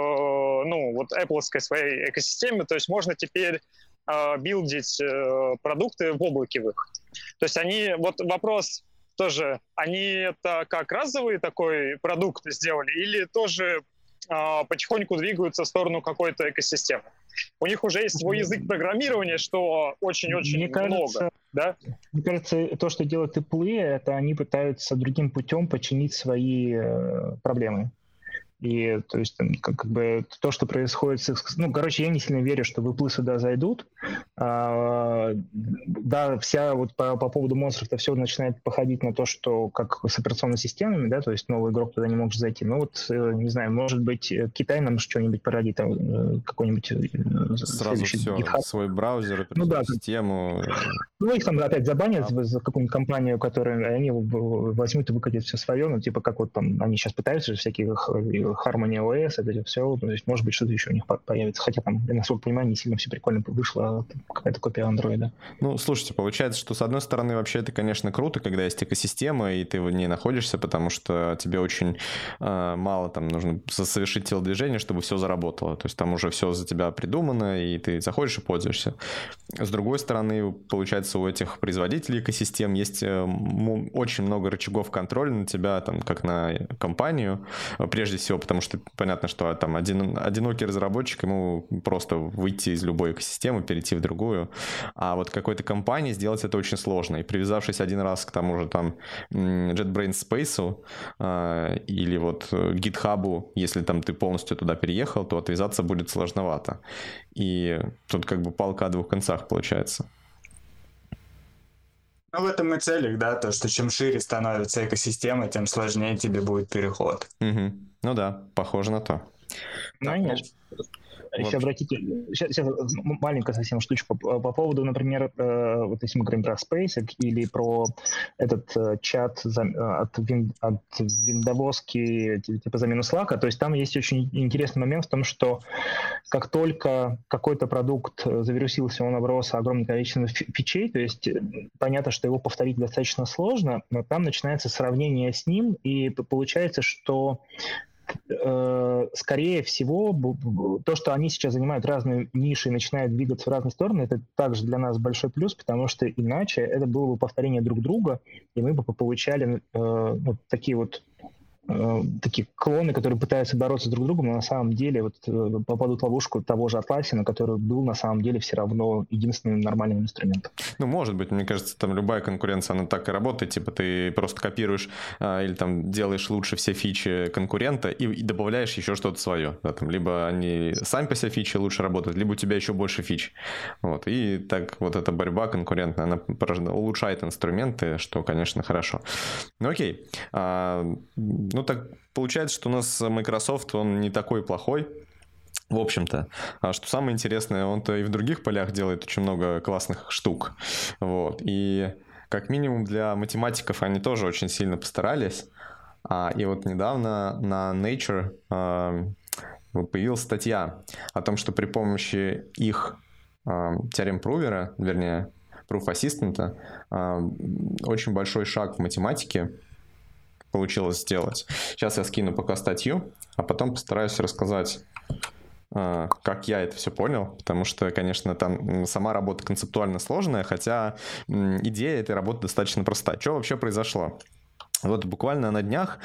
вот Apple-овской своей экосистеме, то есть можно теперь билдить продукты в облаке в их. То есть они... Вот вопрос тоже, они это как разовый такой продукт сделали или тоже потихоньку двигаются в сторону какой-то экосистемы? У них уже есть свой язык программирования, что очень-очень много. Да? Мне кажется, то, что делают Apple, это они пытаются другим путем починить свои проблемы. И то есть как бы то, что происходит с... я не сильно верю, что Apple сюда зайдут. Да, вся вот по поводу монстров-то все начинает походить на то, что как с операционными системами, да, то есть новый игрок туда не может зайти. Не знаю, может быть, Китай нам что-нибудь породит, какой-нибудь сразу все, GitHub. Свой браузер, операционную систему. Их там опять забанят за какую-нибудь компанию, которую они возьмут и выкатят все свое, типа как вот там они сейчас пытаются всякие Harmony OS, это все, то есть, может быть, что-то еще у них появится. Хотя там, я насколько понимаю, не сильно все прикольно вышло, какая-то копия андроида. Слушайте, получается, что с одной стороны, вообще это, конечно, круто, когда есть экосистема, и ты в ней находишься, потому что тебе очень мало там нужно совершить телодвижение, чтобы все заработало. То есть там уже все за тебя придумано, и ты заходишь и пользуешься. С другой стороны, получается, у этих производителей экосистем есть очень много рычагов контроля на тебя, там, как на компанию, прежде всего, потому что понятно, что там одинокий разработчик, ему просто выйти из любой экосистемы, перейти в другую, а вот какой-то компании сделать это очень сложно. И привязавшись один раз к тому же там JetBrains Space или вот GitHub, если там ты полностью туда переехал, то отвязаться будет сложновато. И тут как бы палка о двух концах получается. В этом и целик, да, то, что чем шире становится экосистема, тем сложнее тебе будет переход. Угу. Ну да, похоже на то. Еще обратите, сейчас маленькая совсем штучка по поводу, например, вот если мы говорим про Space или про этот чат от виндовоски типа замену Slack, то есть там есть очень интересный момент в том, что как только какой-то продукт завирусился, он оброс огромным количеством фичей, то есть понятно, что его повторить достаточно сложно, но там начинается сравнение с ним, и получается, что скорее всего, то, что они сейчас занимают разные ниши и начинают двигаться в разные стороны, это также для нас большой плюс, потому что иначе это было бы повторение друг друга, и мы бы получали такие клоны, которые пытаются бороться друг с другом, но на самом деле попадут в ловушку того же Atlassian, который был на самом деле все равно единственным нормальным инструментом. Может быть, мне кажется, там любая конкуренция, она так и работает, типа ты просто копируешь или там делаешь лучше все фичи конкурента и добавляешь еще что-то свое. Да, там, либо они сами по себе фичи лучше работают, либо у тебя еще больше фич. И так вот эта борьба конкурентная, она улучшает инструменты, что, конечно, хорошо. Окей. Так получается, что у нас Microsoft, он не такой плохой, в общем-то. А что самое интересное, он-то и в других полях делает очень много классных штук. И как минимум для математиков они тоже очень сильно постарались. И вот недавно на Nature появилась статья о том, что при помощи их теорем-прувера, вернее, Proof Assistant, очень большой шаг в математике получилось сделать. Сейчас я скину пока статью, а потом постараюсь рассказать, как я это все понял, потому что, конечно, там сама работа концептуально сложная, хотя идея этой работы достаточно проста. Что вообще произошло? Вот буквально на днях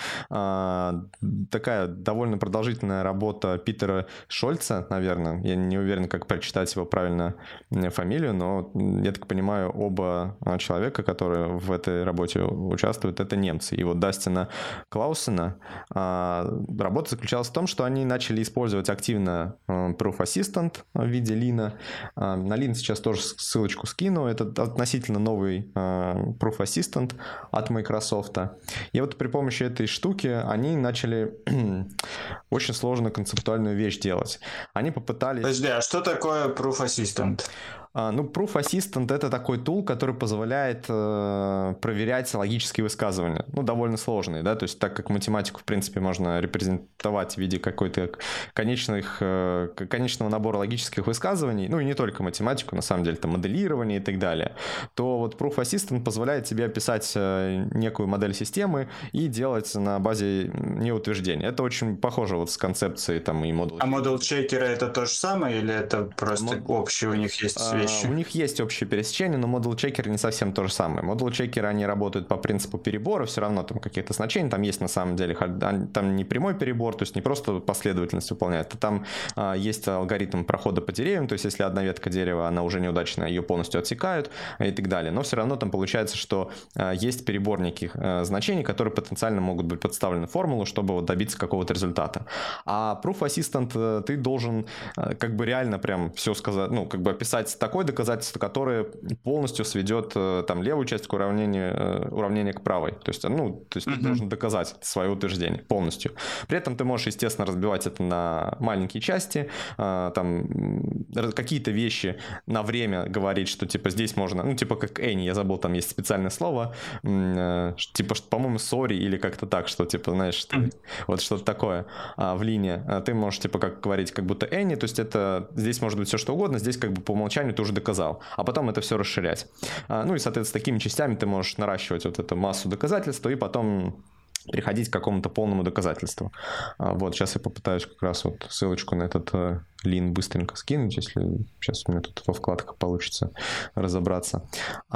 такая довольно продолжительная работа Питера Шольца, наверное, я не уверен, как прочитать его правильно фамилию, но, я так понимаю, оба человека, которые в этой работе участвуют, это немцы. И вот Дастина Клаусена работа заключалась в том, что они начали использовать активно Proof Assistant в виде Лина. На Лин сейчас тоже ссылочку скину. Это относительно новый Proof Assistant от Microsoft. И вот при помощи этой штуки они начали очень сложную концептуальную вещь делать. Они попытались... Подожди, а что такое Proof Assistant? Ну, Proof Assistant — это такой тул, который позволяет проверять логические высказывания. Ну, довольно сложные, да, то есть так как математику, в принципе, можно репрезентовать в виде какой-то конечного набора логических высказываний, ну, и не только математику, на самом деле, там, моделирование и так далее, то вот Proof Assistant позволяет тебе описать некую модель системы и делать на базе неутверждения. Это очень похоже вот с концепцией там и модуль. А модуль чекера — это то же самое или это просто общие у них есть вещи? У них есть общее пересечение, но модуль чекер не совсем то же самое. Модуль чекеры, они работают по принципу перебора, все равно там каких-то значений, там есть на самом деле, там не прямой перебор, то есть не просто последовательность выполняет, а там есть алгоритм прохода по деревьям, то есть если одна ветка дерева, она уже неудачная, ее полностью отсекают и так далее. Но все равно там получается, что есть перебор неких значений, которые потенциально могут быть подставлены в формулу, чтобы вот добиться какого-то результата. А Proof Assistant ты должен как бы реально прям все сказать, ну, как бы описать такое доказательство, которое полностью сведет там левую часть к уравнения к правой. То есть ты должен доказать свое утверждение полностью. При этом ты можешь, естественно, разбивать это на маленькие части, там какие-то вещи на время говорить, что типа здесь можно, ну типа как any, я забыл, там есть специальное слово, типа, по-моему, sorry или как-то так, что типа, знаешь, вот что-то такое в линии. Ты можешь типа как говорить, как будто any, то есть это здесь может быть все что угодно, здесь как бы по умолчанию ты уже доказал, а потом это все расширять. Ну и, соответственно, такими частями ты можешь наращивать вот эту массу доказательств и потом переходить к какому-то полному доказательству. Вот, сейчас я попытаюсь как раз вот ссылочку на этот лин быстренько скинуть, если сейчас у меня тут во вкладках получится разобраться.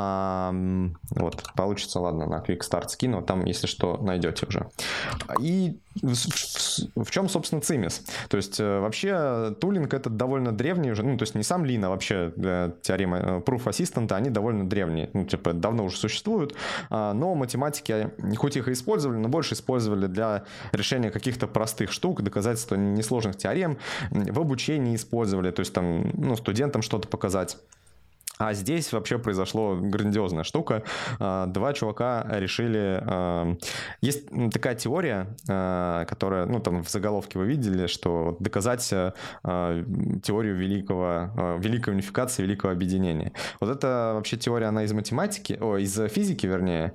Вот, получится, ладно, на Quick Start скину, там, если что, найдете уже. И в чем, собственно, цимис? То есть, вообще, тулинг это довольно древний уже, ну, то есть, не сам лин, а вообще теорема Proof Assistant, они довольно древние, ну, типа, давно уже существуют, но математики, хоть их и использовали, но больше использовали для решения каких-то простых штук, доказательства несложных теорем, в обучении использовали, то есть там, ну, студентам что-то показать. А здесь вообще произошла грандиозная штука. Два чувака решили... Есть такая теория, которая, ну, там в заголовке вы видели, что доказать теорию великой унификации, великого объединения. Вот это вообще теория, она из математики, из физики, вернее.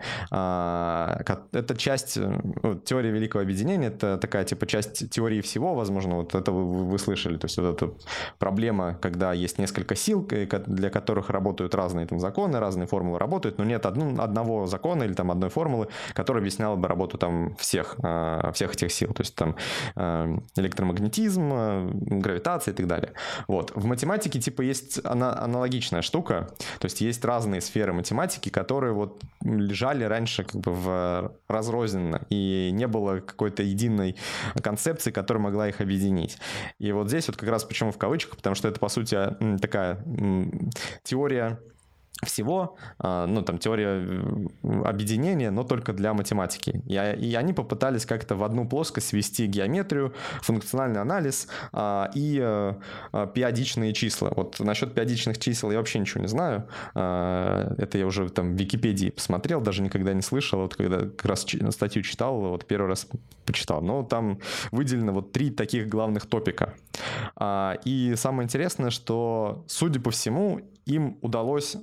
Это часть... Теория великого объединения, это такая, типа, часть теории всего, возможно, вот это вы слышали. То есть вот эта проблема, когда есть несколько сил, для которых работают разные там законы, разные формулы работают, но нет одного закона или там одной формулы, которая объясняла бы работу там всех этих сил. То есть там электромагнетизм, гравитация и так далее. Вот. В математике типа есть аналогичная штука, то есть есть разные сферы математики, которые вот лежали раньше как бы разрозненно, и не было какой-то единой концепции, которая могла их объединить. И вот здесь вот как раз почему в кавычках, потому что это по сути такая теория всего, ну, там, теория объединения, но только для математики. И они попытались как-то в одну плоскость свести геометрию, функциональный анализ и периодичные числа. Вот насчет периодичных чисел я вообще ничего не знаю. Это я уже там в Википедии посмотрел, даже никогда не слышал. Вот когда как раз статью читал, вот первый раз почитал. Но там выделено вот 3 таких главных топика. И самое интересное, что, судя по всему, им удалось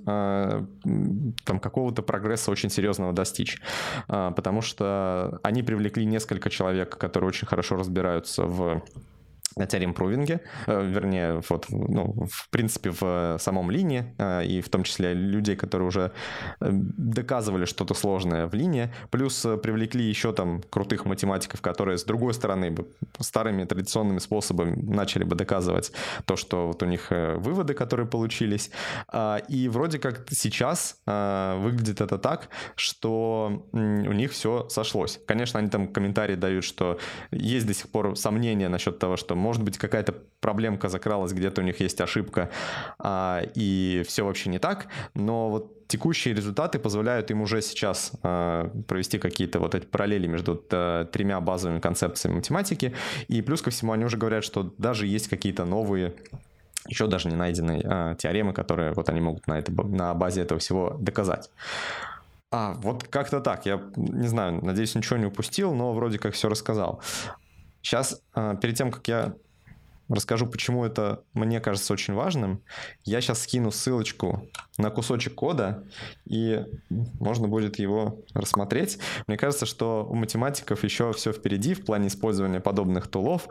там какого-то прогресса очень серьезного достичь, потому что они привлекли несколько человек, которые очень хорошо разбираются в на теорем-прувинге, вернее, вот, ну, в принципе, в самом лине, и в том числе людей, которые уже доказывали что-то сложное в лине, плюс привлекли еще там крутых математиков, которые, с другой стороны, старыми традиционными способами начали бы доказывать то, что вот у них выводы, которые получились. И вроде как сейчас выглядит это так, что у них все сошлось. Конечно, они там комментарии дают, что есть до сих пор сомнения насчет того, что может быть какая-то проблемка закралась, где-то у них есть ошибка, и все вообще не так, но вот текущие результаты позволяют им уже сейчас провести какие-то вот эти параллели между тремя базовыми концепциями математики, и плюс ко всему они уже говорят, что даже есть какие-то новые, еще даже не найденные теоремы, которые вот они могут на базе этого всего доказать. Вот как-то так, я не знаю, надеюсь, ничего не упустил, но вроде как все рассказал. Сейчас, перед тем, как я расскажу, почему это мне кажется очень важным, я сейчас скину ссылочку на кусочек кода, и можно будет его рассмотреть. Мне кажется, что у математиков еще все впереди в плане использования подобных тулов.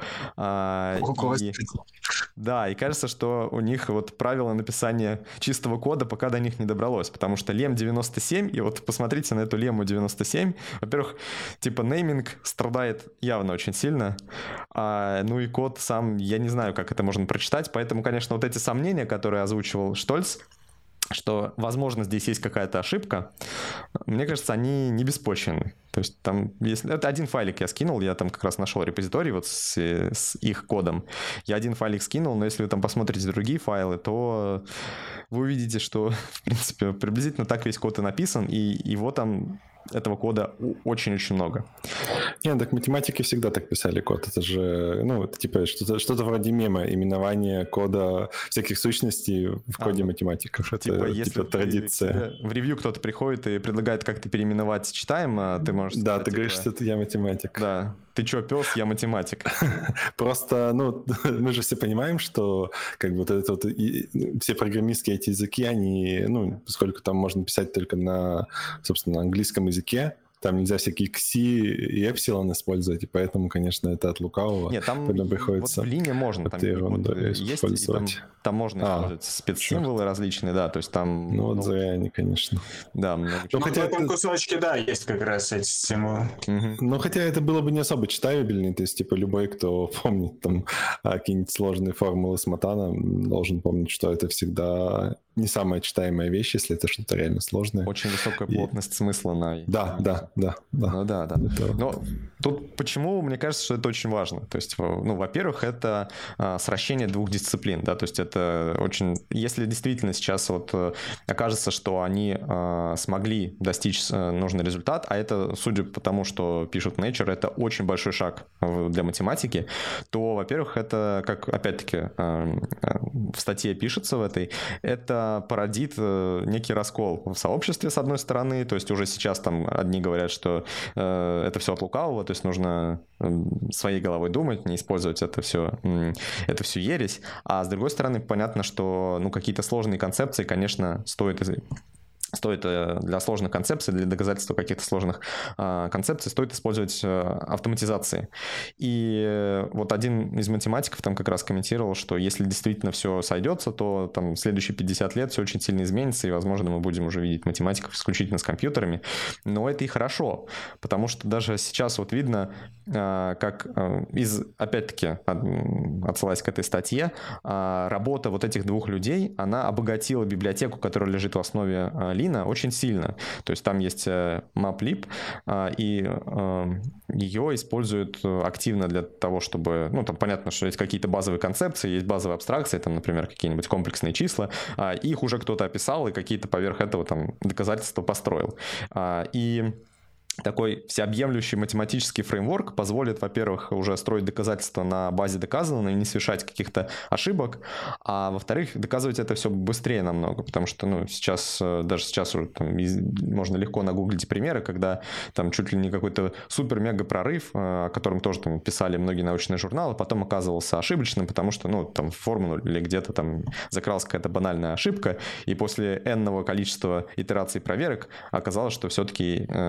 Да, и кажется, что у них вот правило написания чистого кода пока до них не добралось, потому что Лем 97, и вот посмотрите на эту Лему 97, во-первых, типа нейминг страдает явно очень сильно, ну и код сам, я не знаю, как это можно прочитать, поэтому, конечно, вот эти сомнения, которые озвучивал Штольц, что, возможно, здесь есть какая-то ошибка, мне кажется, они не беспочвенны. То есть там, если... Это один файлик я скинул, я там как раз нашел репозиторий вот с их кодом. Я один файлик скинул, но если вы там посмотрите другие файлы, то вы увидите, что, в принципе, приблизительно так весь код и написан, и его там, этого кода очень-очень много. Нет, так математики всегда так писали код. Это же, ну, это типа что-то вроде мема, именование кода всяких сущностей в коде математиков. Это типа традиция. В ревью кто-то приходит и предлагает как-то переименовать читаем, ты можешь... Да, ты говоришь, что я математик. Да. Ты чё, пёс, я математик. Просто, ну, мы же все понимаем, что как бы вот это вот все программистские эти языки, они, ну, поскольку там можно писать только на, собственно, английском языке, там нельзя всякие кси и эпсилон использовать, и поэтому, конечно, это от лукавого. Нет, там приходится вот в лине можно, там есть, и там можно использовать спецсимволы различные, да, то есть там... Ну вот зря они, конечно. Да, много чего. Но в этом кусочке, да, есть как раз эти символы. Ну, хотя это было бы не особо читабельно, то есть, типа, любой, кто помнит там какие-нибудь сложные формулы с Матана, должен помнить, что это всегда не самая читаемая вещь, если это что-то реально сложное. Очень высокая плотность смысла на... Да. Ну да. Но тут почему, мне кажется, что это очень важно. То есть, ну, во-первых, это сращение двух дисциплин, да, то есть это очень... Если действительно сейчас вот окажется, что они смогли достичь нужный результат, а это, судя по тому, что пишут Nature, это очень большой шаг для математики, то, во-первых, это, как опять-таки в статье пишется в этой, это породит некий раскол в сообществе, с одной стороны, то есть уже сейчас там одни говорят, что это все от лукавого, то есть нужно своей головой думать, не использовать это все ересь, а с другой стороны понятно, что ну, какие-то сложные концепции, конечно, стоит для сложных концепций, для доказательства каких-то сложных концепций стоит использовать автоматизации. И вот один из математиков там как раз комментировал, что если действительно все сойдется, то там в следующие 50 лет все очень сильно изменится, и, возможно, мы будем уже видеть математиков исключительно с компьютерами. Но это и хорошо, потому что даже сейчас вот видно, как опять-таки, отсылаясь к этой статье, работа вот этих двух людей, она обогатила библиотеку, которая лежит в основе Лина, очень сильно. То есть там есть MapLib, и ее используют активно для того, чтобы... Ну, там понятно, что есть какие-то базовые концепции, есть базовые абстракции, там, например, какие-нибудь комплексные числа, их уже кто-то описал и какие-то поверх этого там доказательства построил. И такой всеобъемлющий математический фреймворк позволит, во-первых, уже строить доказательства на базе доказанного и не совершать каких-то ошибок, а во-вторых, доказывать это все быстрее намного, потому что, ну, даже сейчас уже там, можно легко нагуглить примеры, когда там чуть ли не какой-то супер-мега прорыв, о котором тоже там писали многие научные журналы, потом оказывался ошибочным, потому что, ну, там в формулу или где-то там закралась какая-то банальная ошибка, и после n-ного количества итераций проверок оказалось, что все-таки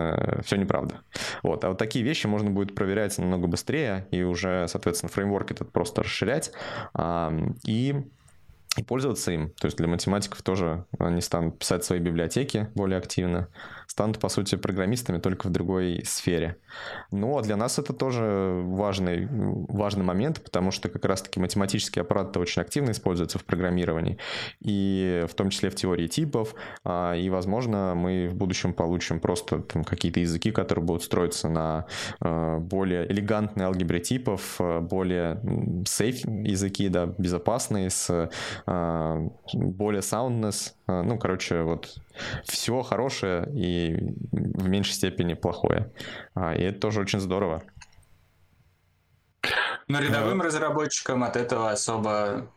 все неправда. Вот. А вот такие вещи можно будет проверять намного быстрее и уже, соответственно, фреймворк этот просто расширять и пользоваться им. То есть для математиков тоже они станут писать свои библиотеки более активно, станут, по сути, программистами только в другой сфере. Но для нас это тоже важный момент, потому что как раз-таки математический аппарат очень активно используется в программировании, и в том числе в теории типов, и, возможно, мы в будущем получим просто там какие-то языки, которые будут строиться на более элегантной алгебре типов, более safe языки, да, безопасные, с более soundness, ну, короче, вот все хорошее и в меньшей степени плохое. И это тоже очень здорово. Но рядовым разработчикам от этого особо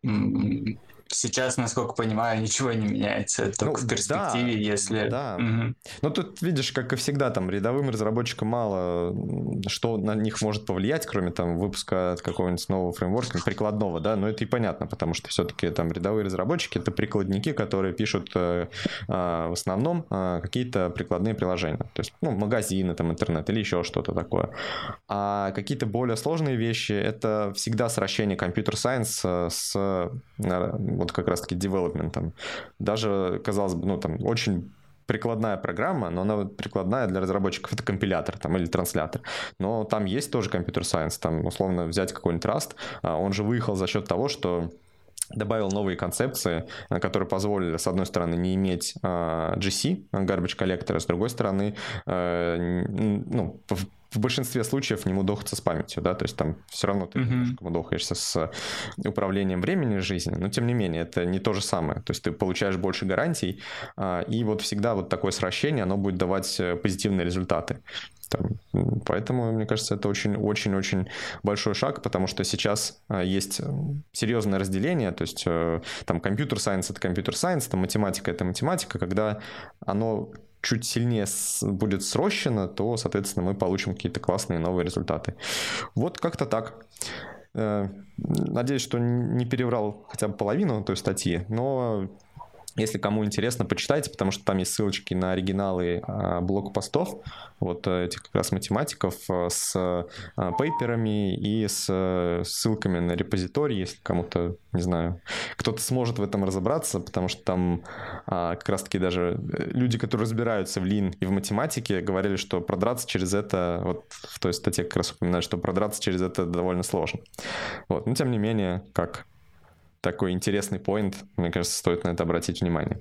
сейчас, насколько понимаю, ничего не меняется. Только в перспективе, да, если... Да. Ну, тут, видишь, как и всегда, там, рядовым разработчикам мало что на них может повлиять, кроме там выпуска какого-нибудь нового фреймворка, прикладного, да, но это и понятно, потому что все-таки там рядовые разработчики — это прикладники, которые пишут в основном какие-то прикладные приложения. То есть, ну, магазины, там, интернет или еще что-то такое. А какие-то более сложные вещи — это всегда сращение компьютер-сайенс с вот как раз-таки девелопментом. Даже, казалось бы, ну, там, очень прикладная программа, но она прикладная для разработчиков, это компилятор там, или транслятор. Но там есть тоже компьютер-сайенс. Там, условно, взять какой-нибудь Rust, он же выехал за счет того, что добавил новые концепции, которые позволили, с одной стороны, не иметь GC, garbage collector, с другой стороны, ну, в большинстве случаев не мудохаться с памятью, да, то есть там все равно ты немножко мудохаешься с управлением времени жизни, но тем не менее это не то же самое, то есть ты получаешь больше гарантий, и вот всегда вот такое сращение, оно будет давать позитивные результаты. Поэтому, мне кажется, это очень-очень-очень большой шаг, потому что сейчас есть серьезное разделение, то есть там компьютер-сайенс — это компьютер-сайенс, там математика — это математика, когда оно чуть сильнее будет срощено, то, соответственно, мы получим какие-то классные новые результаты. Вот как-то так. Надеюсь, что не переврал хотя бы половину той статьи, но если кому интересно, почитайте, потому что там есть ссылочки на оригиналы блог-постов, вот этих как раз математиков с пейперами и с ссылками на репозиторий, если кому-то, не знаю, кто-то сможет в этом разобраться, потому что там как раз-таки даже люди, которые разбираются в Lean и в математике, говорили, что продраться через это, вот в той статье как раз упоминают, что продраться через это довольно сложно. Вот. Но тем не менее, как такой интересный поинт, мне кажется, стоит на это обратить внимание.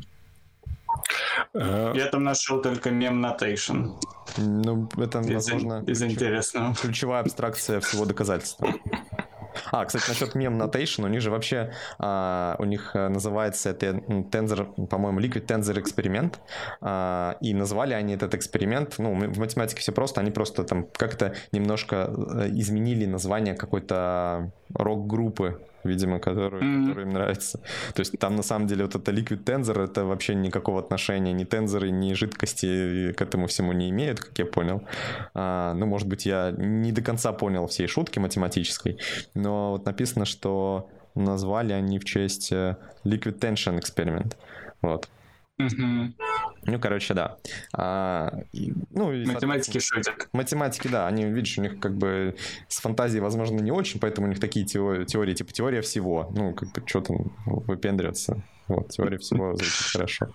Я там нашел только meme-notation. Ну, это, возможно, из интересного. Ключевая абстракция всего доказательства. Кстати, насчет meme-notation, у них же вообще, у них называется это Tensor, по-моему, Liquid Tensor эксперимент, и назвали они этот эксперимент, ну, в математике все просто, они просто там как-то немножко изменили название какой-то рок-группы, видимо, которая им нравится. То есть там на самом деле вот это Liquid Tensor, это вообще никакого отношения, ни тензоры, ни жидкости к этому всему не имеют, как я понял. Ну, может быть, я не до конца понял всей шутки математической, но вот написано, что назвали они в честь Liquid Tension Experiment. Вот. Ну, короче, да. Математики шутят. Математики, да. Они, видишь, у них как бы с фантазией, возможно, не очень, поэтому у них такие теории, типа теория всего. Ну, как бы, что там выпендриваться. Вот, теория всего звучит хорошо.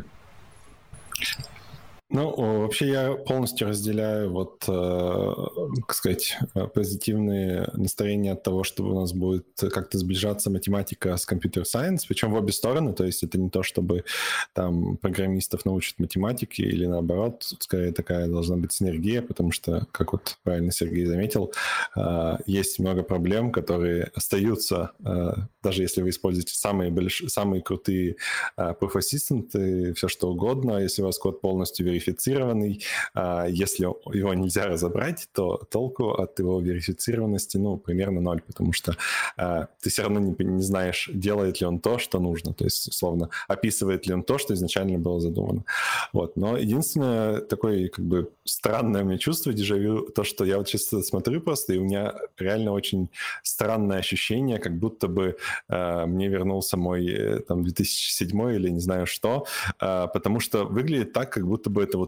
Ну, вообще я полностью разделяю вот, как сказать, позитивные настроения от того, что у нас будет как-то сближаться математика с компьютер-сайенс, причем в обе стороны, то есть это не то, чтобы там программистов научат математике или наоборот, скорее такая должна быть синергия, потому что, как вот правильно Сергей заметил, есть много проблем, которые остаются, даже если вы используете самые крутые proof assistant и все что угодно, если у вас код полностью верифицированный, если его нельзя разобрать, то толку от его верифицированности, ну, примерно 0, потому что ты все равно не знаешь, делает ли он то, что нужно, то есть, условно, описывает ли он то, что изначально было задумано. Вот. Но единственное такое, как бы, странное мне чувство, дежавю, то, что я вот сейчас смотрю просто, и у меня реально очень странное ощущение, как будто бы мне вернулся мой там 2007 или не знаю что, потому что выглядит так, как будто бы это вот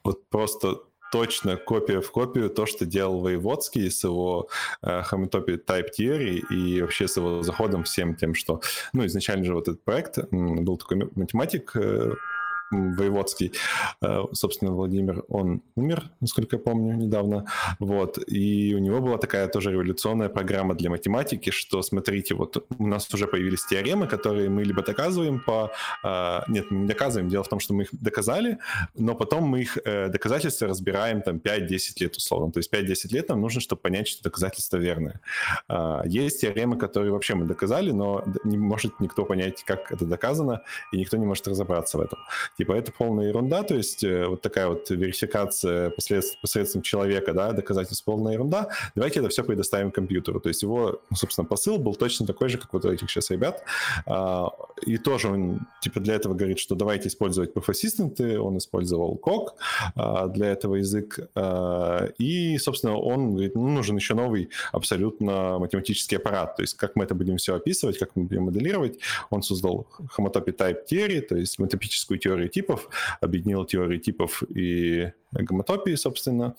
вот просто точно копия в копию то, что делал Воеводский с его Homotopy Type Theory и вообще с его заходом всем тем, что... Ну, изначально же вот этот проект, был такой математик Воеводский, собственно, Владимир, он умер, насколько я помню, недавно, вот, и у него была такая тоже революционная программа для математики, что, смотрите, вот у нас уже появились теоремы, которые мы либо доказываем по... Нет, мы не доказываем, дело в том, что мы их доказали, но потом мы их доказательства разбираем там 5-10 лет условно, то есть 5-10 лет нам нужно, чтобы понять, что доказательство верное. Есть теоремы, которые вообще мы доказали, но не может никто понять, как это доказано, и никто не может разобраться в этом. Типа это полная ерунда, то есть вот такая вот верификация посредством человека, да, доказательств полная ерунда, давайте это все предоставим компьютеру. То есть его, собственно, посыл был точно такой же, как вот у этих сейчас ребят. И тоже он типа для этого говорит, что давайте использовать proof-ассистенты, он использовал COG для этого язык. И, собственно, он говорит, ну, нужен еще новый абсолютно математический аппарат. То есть как мы это будем все описывать, как мы будем моделировать. Он создал Homotopy Type Theory, то есть математическую теорию типов, объединил теории типов и гомотопии, собственно.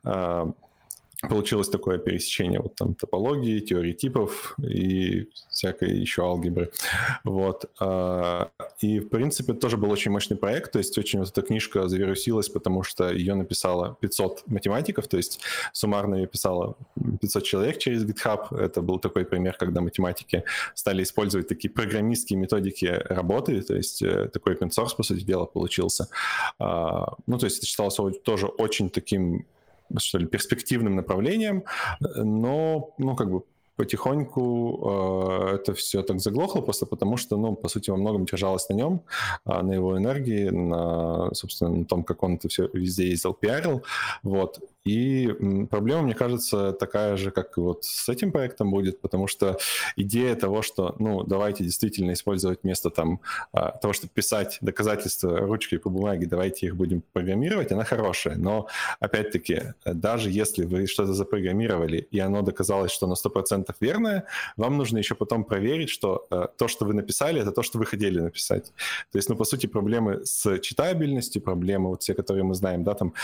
Получилось такое пересечение вот там топологии, теории типов и всякой еще алгебры. Вот. И, в принципе, тоже был очень мощный проект, то есть очень вот эта книжка завирусилась, потому что ее написало 500 математиков, то есть суммарно ее писало 500 человек через GitHub. Это был такой пример, когда математики стали использовать такие программистские методики работы, то есть такой open source, по сути дела, получился. Ну, то есть это считалось тоже очень таким, что ли, перспективным направлением, но, ну, как бы потихоньку это все так заглохло просто потому, что, ну, по сути, во многом держалось на нем, на его энергии, на, собственно, на том, как он это все везде ездил, пиарил, вот. И проблема, мне кажется, такая же, как и вот с этим проектом будет, потому что идея того, что, ну, давайте действительно использовать вместо там того, чтобы писать доказательства ручкой по бумаге, давайте их будем программировать, она хорошая. Но, опять-таки, даже если вы что-то запрограммировали, и оно доказалось, что на 100% верное, вам нужно еще потом проверить, что то, что вы написали, это то, что вы хотели написать. То есть, ну, по сути, проблемы с читабельностью, проблемы вот все, которые мы знаем, да, там,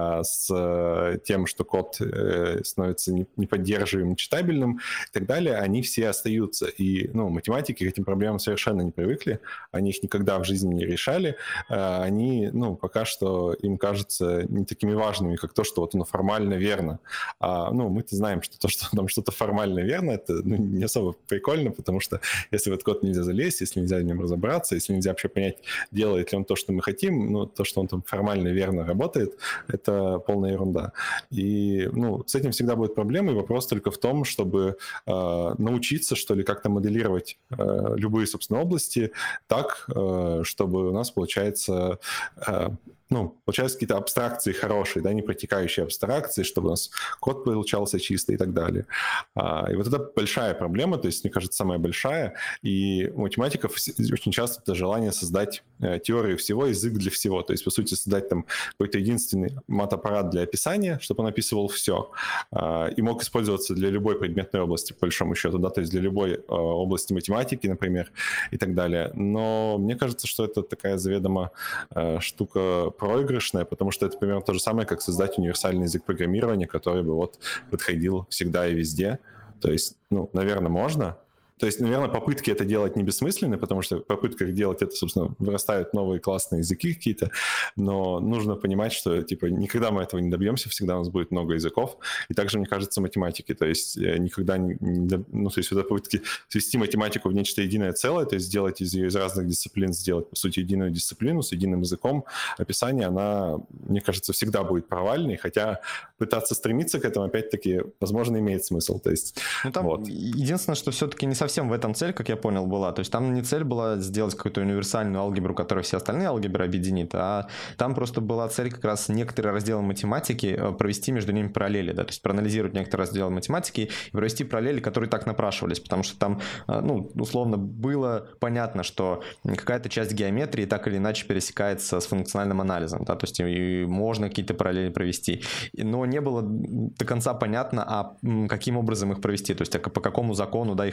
с тем, что код становится неподдерживаемым, нечитабельным и так далее, они все остаются. И, ну, математики к этим проблемам совершенно не привыкли, они их никогда в жизни не решали, они, ну, пока что им кажутся не такими важными, как то, что вот оно формально верно. Ну, мы-то знаем, что то, что там что-то формально верно, это, ну, не особо прикольно, потому что если в этот код нельзя залезть, если нельзя в нем разобраться, если нельзя вообще понять, делает ли он то, что мы хотим, ну, то, что он там формально верно работает, это полная ерунда. И, ну, с этим всегда будет проблема, и вопрос только в том, чтобы научиться, что ли, как-то моделировать любые, собственно, области так, чтобы у нас получается... получаются какие-то абстракции хорошие, да, не протекающие абстракции, чтобы у нас код получался чистый и так далее. И вот это большая проблема, то есть, мне кажется, самая большая, и у математиков очень часто это желание создать теорию всего, язык для всего, то есть, по сути, создать там какой-то единственный мат-аппарат для описания, чтобы он описывал все, и мог использоваться для любой предметной области, по большому счету, да, то есть для любой области математики, например, и так далее. Но мне кажется, что это такая заведомо штука проигрышная, потому что это примерно то же самое, как создать универсальный язык программирования, который бы вот подходил всегда и везде. То есть, ну, наверное, можно. То есть, наверное, попытки это делать не бессмысленны, потому что в попытках делать это, собственно, вырастают новые классные языки какие-то, но нужно понимать, что, типа, никогда мы этого не добьемся, всегда у нас будет много языков, и также, мне кажется, математики, то есть никогда ну, то есть вот попытки свести математику в нечто единое целое, то есть сделать из ее из разных дисциплин, сделать, по сути, единую дисциплину с единым языком описания, она, мне кажется, всегда будет провальной, хотя пытаться стремиться к этому, опять-таки, возможно, имеет смысл, то есть... Ну, там вот. Единственное, что все-таки не совсем в этом цель, как я понял, была. То есть там не цель была сделать какую-то универсальную алгебру, которая все остальные алгебры объединит, а там просто была цель как раз некоторые разделы математики провести между ними параллели, да, то есть проанализировать некоторые разделы математики и провести параллели, которые так напрашивались, потому что там, ну, условно, было понятно, что какая-то часть геометрии так или иначе пересекается с функциональным анализом, да, то есть и можно какие-то параллели провести, но не было до конца понятно, а каким образом их провести, то есть по какому закону, да, их проводить.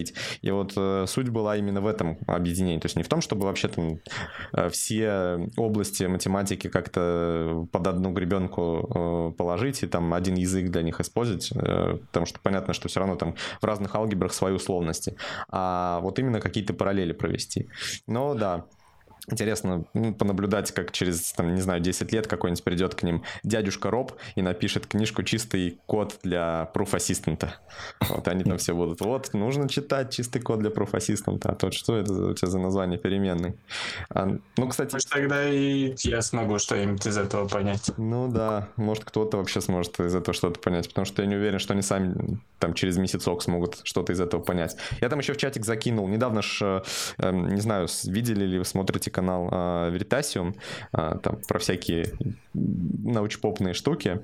проводить. И вот суть была именно в этом объединении. То есть не в том, чтобы вообще там все области математики как-то под одну гребенку положить и там один язык для них использовать, потому что понятно, что все равно там в разных алгебрах свои условности. А вот именно какие-то параллели провести. Но да, интересно понаблюдать, как через, там, не знаю, 10 лет какой-нибудь придет к ним дядюшка Роб и напишет книжку «Чистый код для Proof Assistant». Вот они там все будут: вот, нужно читать чистый код для Proof Assistant. А то что это у тебя за название переменной? Ну, кстати... Может, тогда и я смогу что-нибудь из этого понять. Ну да, может, кто-то вообще сможет из этого что-то понять, потому что я не уверен, что они сами там через месяцок смогут что-то из этого понять. Я там еще в чатик закинул. Недавно ж, не знаю, видели ли вы, смотрите канал Veritasium, там про всякие научпопные штуки,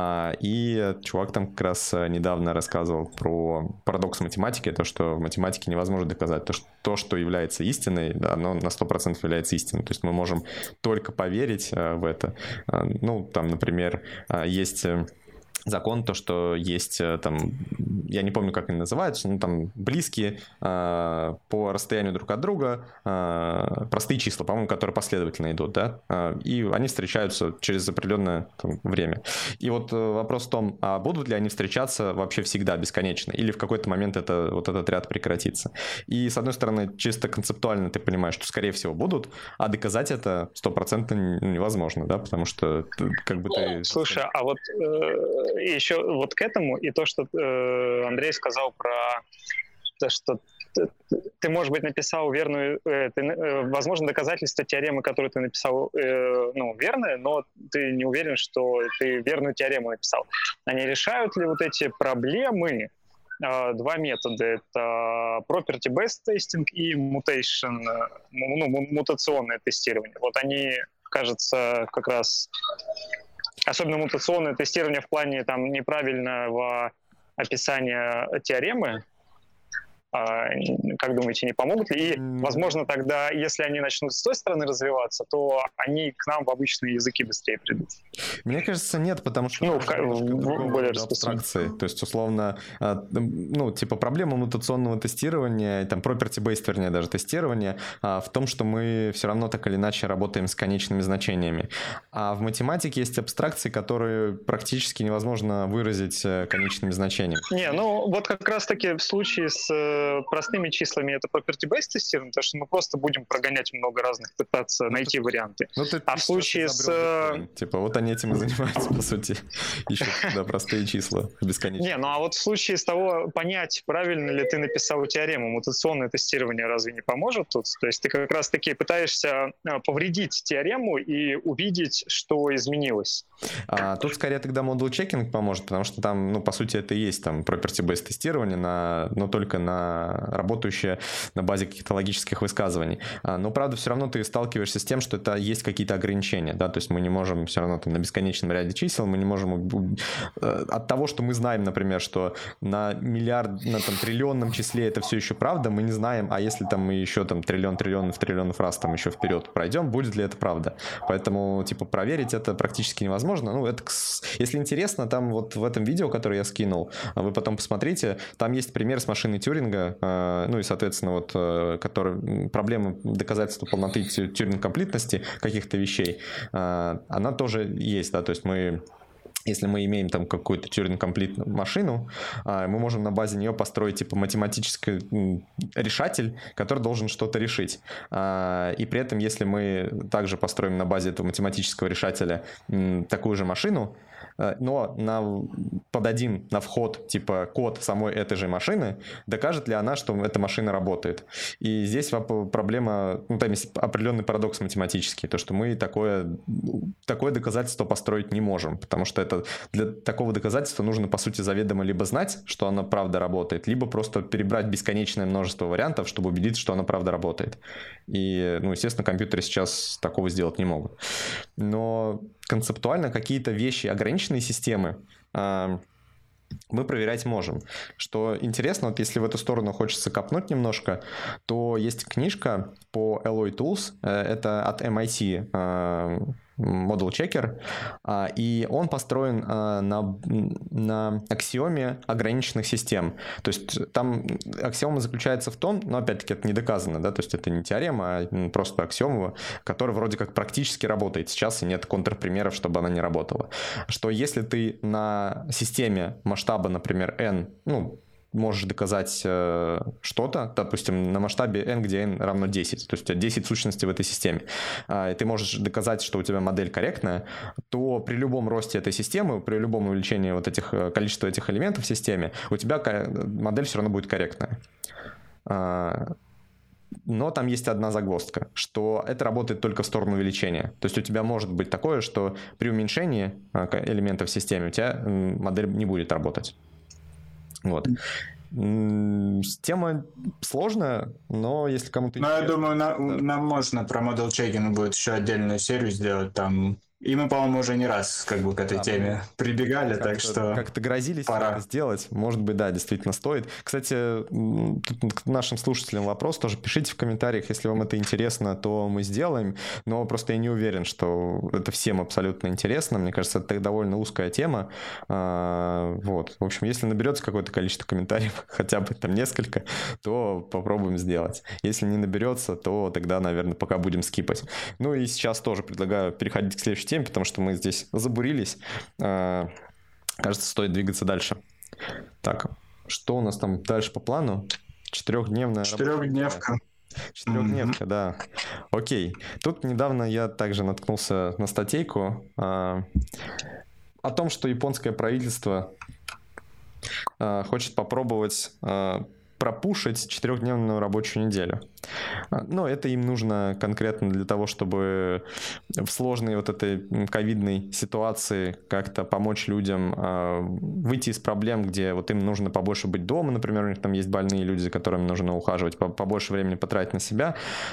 и чувак там как раз недавно рассказывал про парадокс математики, то, что в математике невозможно доказать то, что является истиной, оно на 100% является истиной, то есть мы можем только поверить в это. Ну, там, например, есть... закон, то, что есть там, я не помню, как они называются, ну, там, близкие по расстоянию друг от друга простые числа, по-моему, которые последовательно идут, да, и они встречаются через определенное там время. И вот вопрос в том, а будут ли они встречаться вообще всегда бесконечно, или в какой-то момент вот этот ряд прекратится. И, с одной стороны, чисто концептуально ты понимаешь, что, скорее всего, будут, а доказать это 100% невозможно, да, потому что как бы ты... Слушай, а вот еще вот к этому, и то, что Андрей сказал про то, что ты, может быть, написал верную, возможно, доказательство теоремы, которую ты написал, ну, верное, но ты не уверен, что ты верную теорему написал. Они решают ли вот эти проблемы? Два метода. Это property-based testing и mutation, мутационное тестирование. Вот они, кажется, как раз... Особенно мутационное тестирование в плане там неправильного описания теоремы. Как думаете, не помогут ли? И, возможно, тогда, если они начнут с той стороны развиваться, то они к нам в обычные языки быстрее придут. Мне кажется, нет, потому что более абстракции. То есть, условно, ну, типа, проблема мутационного тестирования, там, property-based, вернее, даже тестирования, в том, что мы все равно так или иначе работаем с конечными значениями. А в математике есть абстракции, которые практически невозможно выразить конечными значениями. Не, ну, вот как раз-таки в случае с простыми числами это property-based тестирование, потому что мы просто будем прогонять много разных, пытаться найти варианты. Ну, а в случае с... Типа, вот они этим и занимаются, по сути. Ищут туда простые числа бесконечно. Не, ну а вот в случае с того, понять, правильно ли ты написал теорему, мутационное тестирование разве не поможет тут? То есть ты как раз-таки пытаешься повредить теорему и увидеть, что изменилось. Тут скорее тогда модуль чекинг поможет, потому что там, ну, по сути, это и есть там property-based тестирование, но только на работающее на базе каких-то логических высказываний. Но, правда, все равно ты сталкиваешься с тем, что это есть какие-то ограничения, да, то есть мы не можем все равно там на бесконечном ряде чисел, мы не можем от того, что мы знаем, например, что на там, триллионном числе это все еще правда, мы не знаем, а если там мы еще там триллионов раз там еще вперед пройдем, будет ли это правда. Поэтому, типа, проверить это практически невозможно. Ну, это, если интересно, там вот в этом видео, которое я скинул, вы потом посмотрите, там есть пример с машиной Тьюринга, ну и, соответственно, вот проблема доказательства полноты Тьюринг-комплитности каких-то вещей, она тоже есть, да, то есть если мы имеем там какую-то Тьюринг-комплит машину, мы можем на базе нее построить типа математический решатель, который должен что-то решить. И при этом, если мы также построим на базе этого математического решателя такую же машину, но подадим на вход типа код самой этой же машины, докажет ли она, что эта машина работает. И здесь проблема, ну, там есть определенный парадокс математический, то, что мы такое доказательство построить не можем, потому что для такого доказательства нужно, по сути, заведомо либо знать, что она правда работает, либо просто перебрать бесконечное множество вариантов, чтобы убедиться, что она правда работает. И, ну, естественно, компьютеры сейчас такого сделать не могут. Но концептуально какие-то вещи, ограниченные системы, мы проверять можем. Что интересно, вот если в эту сторону хочется копнуть немножко, то есть книжка по Alloy Tools, это от MIT Model Checker, и он построен на аксиоме ограниченных систем. То есть там аксиома заключается в том, но опять-таки это не доказано, да, то есть это не теорема, а просто аксиома, которая вроде как практически работает сейчас, и нет контрпримеров, чтобы она не работала. Что если ты на системе масштаба, например, n, можешь доказать что-то, допустим, на масштабе n, где n равно 10, то есть у тебя 10 сущностей в этой системе, и ты можешь доказать, что у тебя модель корректная, то при любом росте этой системы, при любом увеличении вот этих количества этих элементов в системе, у тебя модель все равно будет корректная. Но там есть одна загвоздка, что это работает только в сторону увеличения. То есть у тебя может быть такое, что при уменьшении элементов в системе у тебя модель не будет работать. Вот. Тема сложная, но если кому-то интересно... Я думаю, нам можно про Model Checking будет еще отдельную серию сделать там. И мы, по-моему, уже не раз к этой теме прибегали, так что как-то грозились это сделать. Может быть, да, действительно стоит. Кстати, тут к нашим слушателям вопрос тоже. Пишите в комментариях, если вам это интересно, то мы сделаем. Но просто я не уверен, что это всем абсолютно интересно. Мне кажется, это довольно узкая тема. Вот. В общем, если наберется какое-то количество комментариев, хотя бы там несколько, то попробуем сделать. Если не наберется, то тогда, наверное, пока будем скипать. Ну и сейчас тоже предлагаю переходить к следующей теме, потому что мы здесь забурились. Кажется, стоит двигаться дальше. Так, что у нас там дальше по плану? Четырехдневная Четырехдневка. Четырехдневка, да. Окей. Тут недавно я также наткнулся на статейку о том, что японское правительство хочет попробовать пропушить четырехдневную рабочую неделю. Но это им нужно конкретно для того, чтобы в сложной вот этой ковидной ситуации как-то помочь людям выйти из проблем, где вот им нужно побольше быть дома, например, у них там есть больные люди, за которыми нужно ухаживать, побольше времени потратить на себя.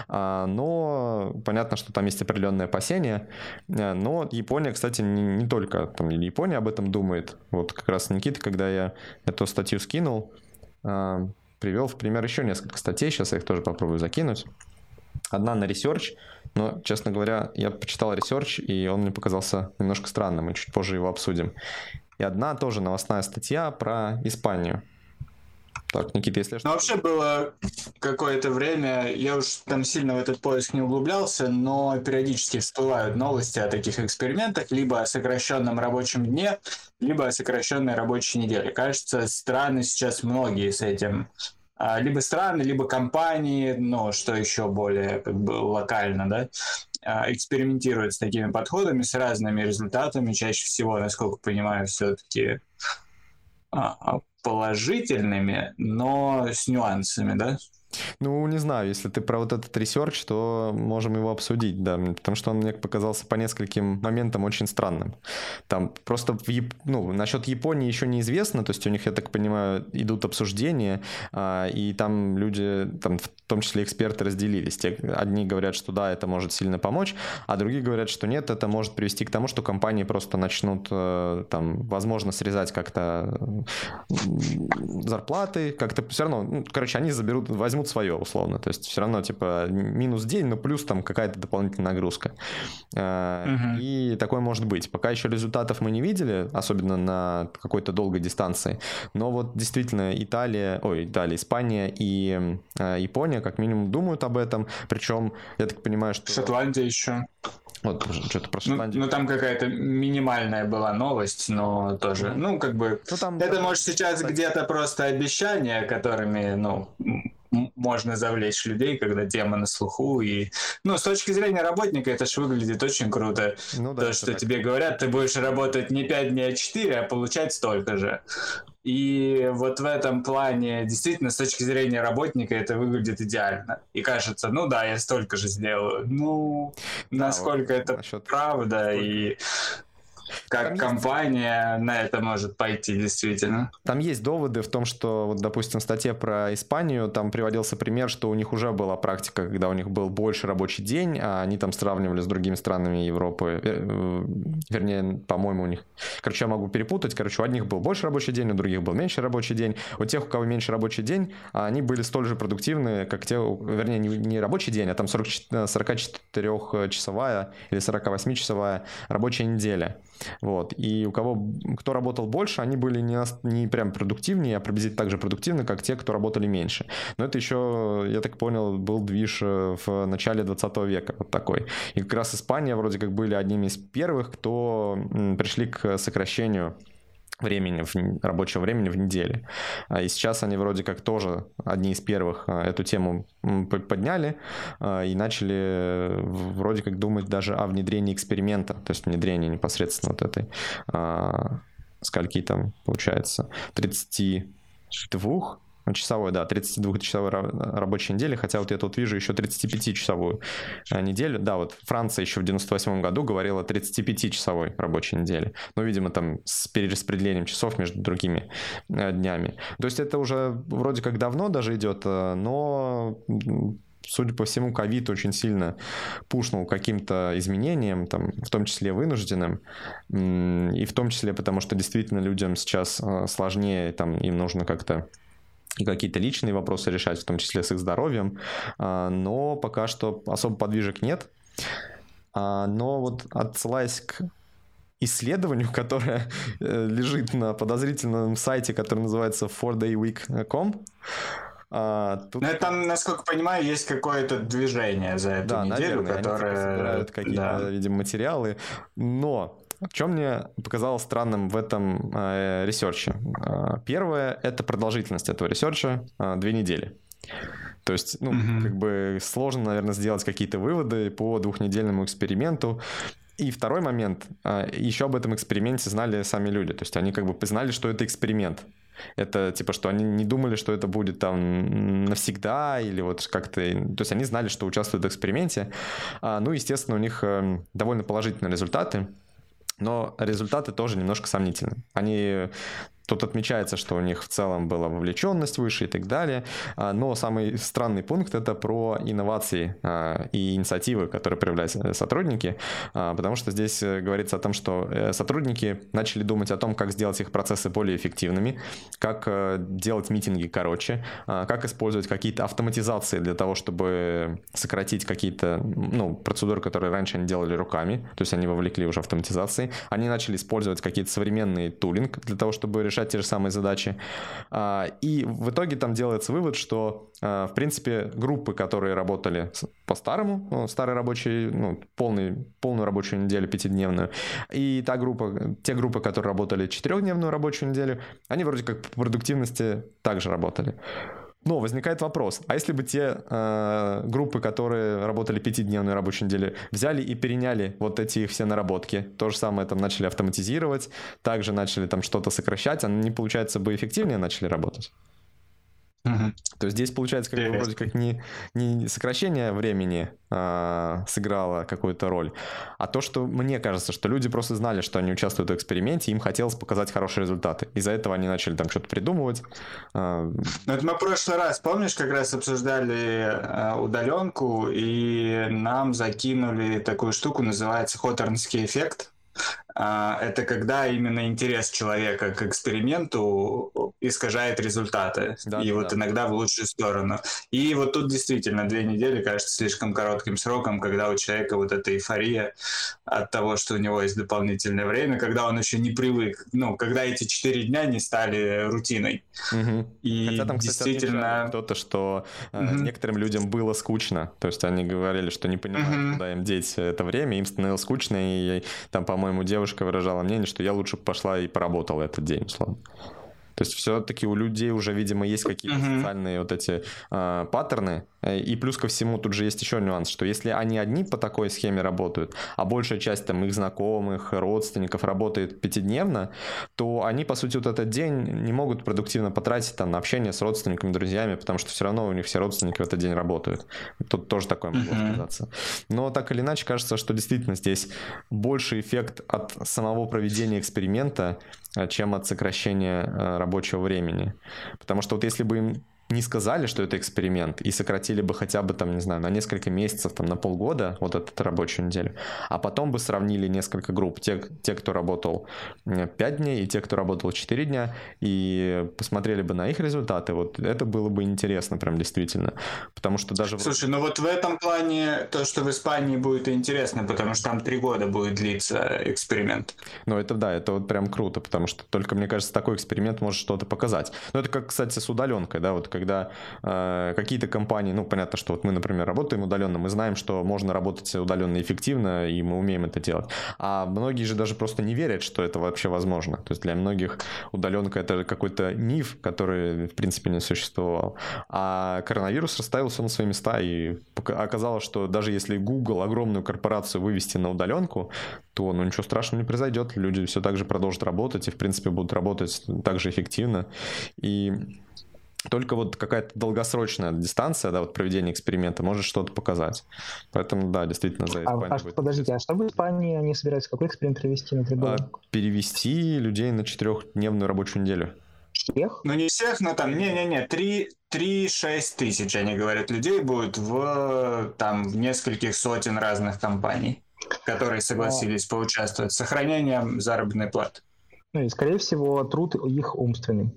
Но понятно, что там есть определенные опасения. Но Япония, кстати, не только там Япония об этом думает. Вот как раз Никита, когда я эту статью скинул, привел в пример еще несколько статей, сейчас я их тоже попробую закинуть. Одна на Research, но, честно говоря, я почитал Research, и он мне показался немножко странным, мы чуть позже его обсудим. И одна тоже новостная статья про Испанию. Так, Никита, если что... Вообще было какое-то время, я уж там сильно в этот поиск не углублялся, но периодически всплывают новости о таких экспериментах, либо о сокращенном рабочем дне, либо о сокращенной рабочей неделе. Кажется, страны сейчас многие с этим, либо страны, либо компании, ну, что еще более как бы локально, да, экспериментируют с такими подходами, с разными результатами, чаще всего, насколько понимаю, все-таки положительными, но с нюансами, да? Ну, не знаю, если ты про вот этот ресерч, то можем его обсудить, да, потому что он мне показался по нескольким моментам очень странным. Там просто, насчет Японии еще неизвестно, то есть у них, я так понимаю, идут обсуждения, и там люди, там, в том числе эксперты, разделились. Одни говорят, что да, это может сильно помочь, а другие говорят, что нет, это может привести к тому, что компании просто начнут, там, возможно, срезать как-то зарплаты, как-то все равно, они возьмут свое, условно. То есть все равно, типа, минус день, но плюс там какая-то дополнительная нагрузка. И такое может быть. Пока еще результатов мы не видели, особенно на какой-то долгой дистанции. Но вот действительно Испания и Япония как минимум думают об этом. Причем, я так понимаю, что... Шотландия еще. Вот, что-то про Шотландию. Ну, там какая-то минимальная была новость, но тоже, это может сейчас где-то просто обещания, которыми, можно завлечь людей, когда тема на слуху. И, с точки зрения работника, это ж выглядит очень круто. То, что так тебе говорят, ты будешь работать не 5 дней, а 4, а получать столько же. И вот в этом плане, действительно, с точки зрения работника, это выглядит идеально. И кажется, я столько же сделаю. Насколько это правда, и... как компания на это может пойти, действительно. Там есть доводы в том, что, вот, допустим, в статье про Испанию там приводился пример, что у них уже была практика, когда у них был больше рабочий день, а они там сравнивали с другими странами Европы. Вернее, по-моему, у них... Короче, я могу перепутать. Короче, у одних был больше рабочий день, у других был меньше рабочий день. У тех, у кого меньше рабочий день, они были столь же продуктивны, как те... Вернее, не рабочий день, а там 44-часовая или 48-часовая рабочая неделя. Вот. И кто работал больше, они были не прям продуктивнее, а приблизительно так же продуктивны, как те, кто работали меньше. Но это еще, я так понял, был движ в начале 20 века вот такой. И как раз Испания вроде как были одними из первых, кто пришли к сокращению рабочего времени в неделе. И сейчас они вроде как тоже одни из первых эту тему подняли и начали вроде как думать даже о внедрении эксперимента, то есть внедрении непосредственно вот этой, скольки там получается, 32-часовой, да, 32-часовой рабочей недели, хотя вот я тут вижу еще 35-часовую неделю. Да, вот Франция еще в 98 году говорила о 35-часовой рабочей неделе. Но, видимо, там с перераспределением часов между другими днями. То есть это уже вроде как давно даже идет, но... Судя по всему, ковид очень сильно пушнул каким-то изменениям, там, в том числе вынужденным, и в том числе потому, что действительно людям сейчас сложнее, там, им нужно как-то и какие-то личные вопросы решать, в том числе с их здоровьем, но пока что особо подвижек нет. Но вот отсылаясь к исследованию, которое лежит на подозрительном сайте, который называется 4dayweek.com, тут... Но там, насколько понимаю, есть какое-то движение за эту неделю, наверное, которое... Они собирают какие-то, видимо, материалы. Но в чем мне показалось странным в этом ресерче? Первое — это продолжительность этого ресерча 2 недели. То есть, как бы сложно, наверное, сделать какие-то выводы по 2-недельному эксперименту. И второй момент, еще об этом эксперименте знали сами люди. То есть они как бы знали, что это эксперимент. Это типа, что они не думали, что это будет там навсегда или вот как-то... То есть они знали, что участвуют в эксперименте. Ну, естественно, у них довольно положительные результаты, но результаты тоже немножко сомнительны. Тут отмечается, что у них в целом была вовлеченность выше и так далее, но самый странный пункт — это про инновации и инициативы, которые проявляют сотрудники, потому что здесь говорится о том, что сотрудники начали думать о том, как сделать их процессы более эффективными, как делать митинги короче, как использовать какие-то автоматизации для того, чтобы сократить какие-то процедуры, которые раньше они делали руками, то есть они вовлекли уже автоматизации. Они начали использовать какие-то современные тулинг для того, чтобы решать те же самые задачи. И в итоге там делается вывод, что, в принципе, группы, которые работали по-старому, старой рабочей, полную рабочую неделю, 5-дневную, и те группы, которые работали 4-дневную рабочую неделю, они вроде как по продуктивности также работали. Но возникает вопрос, а если бы те группы, которые работали 5-дневную рабочую неделю, взяли и переняли вот эти их все наработки, то же самое там начали автоматизировать, также начали там что-то сокращать, они, получается, бы эффективнее начали работать? То есть здесь, получается, как бы вроде как не сокращение времени сыграло какую-то роль, а то, что мне кажется, что люди просто знали, что они участвуют в эксперименте, им хотелось показать хорошие результаты. Из-за этого они начали там что-то придумывать. Это мы в прошлый раз, помнишь, как раз обсуждали удаленку, и нам закинули такую штуку, называется Хоторнский эффект. Это когда именно интерес человека к эксперименту искажает результаты. Иногда в лучшую сторону. И вот тут действительно 2 недели кажется слишком коротким сроком, когда у человека вот эта эйфория от того, что у него есть дополнительное время, когда он еще не привык. Когда эти 4 дня не стали рутиной. И хотя там, кстати, действительно... кто-то, что некоторым людям было скучно. То есть они говорили, что не понимают, куда им деть это время, им становилось скучно, и там, по-моему, девушка выражала мнение, что я лучше пошла и поработала этот день, условно. То есть все-таки у людей уже, видимо, есть какие-то социальные вот эти паттерны И плюс ко всему тут же есть еще нюанс, что если они одни по такой схеме работают, а большая часть там их знакомых, родственников работает пятидневно, то они, по сути, вот этот день не могут продуктивно потратить там на общение с родственниками, друзьями, потому что все равно у них все родственники в этот день работают. Тут тоже такое могло сказаться. Но так или иначе, кажется, что действительно здесь больше эффект от самого проведения эксперимента, чем от сокращения рабочего времени. Потому что вот если бы им не сказали, что это эксперимент, и сократили бы хотя бы там, не знаю, на несколько месяцев, там, на полгода вот эту рабочую неделю, а потом бы сравнили несколько групп, те, кто работал 5 дней, и те, кто работал 4 дня, и посмотрели бы на их результаты, вот это было бы интересно прям действительно, потому что даже... Слушай, ну вот в этом плане то, что в Испании будет интересно, потому что там 3 года будет длиться эксперимент. Ну это да, это вот прям круто, потому что только, мне кажется, такой эксперимент может что-то показать. Ну это как, кстати, с удаленкой, да, вот когда какие-то компании, ну, понятно, что вот мы, например, работаем удаленно, мы знаем, что можно работать удаленно эффективно, и мы умеем это делать. А многие же даже просто не верят, что это вообще возможно. То есть для многих удаленка — это какой-то миф, который, в принципе, не существовал. А коронавирус расставил все на свои места, и оказалось, что даже если Google, огромную корпорацию, вывести на удаленку, то, ну, ничего страшного не произойдет. Люди все так же продолжат работать и, в принципе, будут работать так же эффективно. И только вот какая-то долгосрочная дистанция, да, вот проведение эксперимента может что-то показать. Поэтому, да, действительно, за Испанию будет... Подождите, а что в Испании они собираются? Какой эксперимент провести на 3 года? Перевести людей на 4-дневную рабочую неделю. Всех? Ну, не всех, но там, 3-6 тысяч, они говорят, людей будет в нескольких сотен разных компаний, которые согласились поучаствовать с сохранением заработной платы. Ну и, скорее всего, труд их умственный.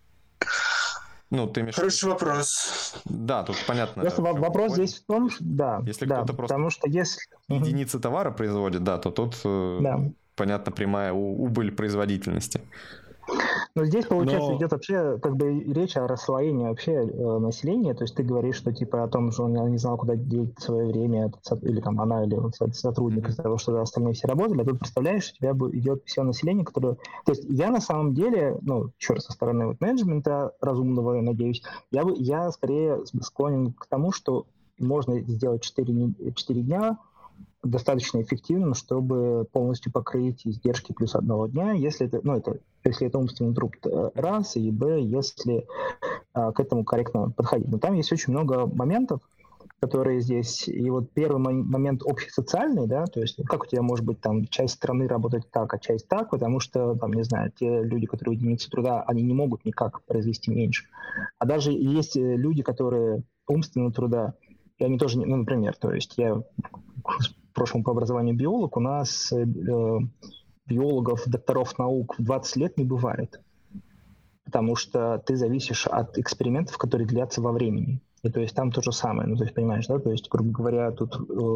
Ну, ты имеешь... Хороший вопрос. Да, тут понятно. Просто вопрос здесь в том, что... Да, если да, кто-то просто потому что если... единицы товара производит, да, то тут, понятно, прямая убыль производительности. Но здесь, получается, идет вообще как бы речь о расслоении вообще населения. То есть ты говоришь, что типа о том, что он не знал, куда деть свое время, или там она, или сотрудник из-за того, что остальные все работали. А тут представляешь, у тебя идет все население, которое... То есть я на самом деле, ну, еще раз, со стороны вот менеджмента разумного, я надеюсь, я скорее склонен к тому, что можно сделать 4 дня достаточно эффективным, чтобы полностью покрыть издержки плюс 1 дня, если это умственный труд, раз, и б, если к этому корректно подходить. Но там есть очень много моментов, которые здесь, и вот первый момент общесоциальный, да, то есть как у тебя может быть там часть страны работать так, а часть так, потому что, там, не знаю, те люди, которые единицы труда, они не могут никак произвести меньше. А даже есть люди, которые умственного труда, и они тоже, ну, например, то есть я в прошлом по образованию биолог, у нас биологов, докторов наук в 20 лет не бывает, потому что ты зависишь от экспериментов, которые длятся во времени. И то есть там то же самое, ну то есть понимаешь, да, то есть, грубо говоря, тут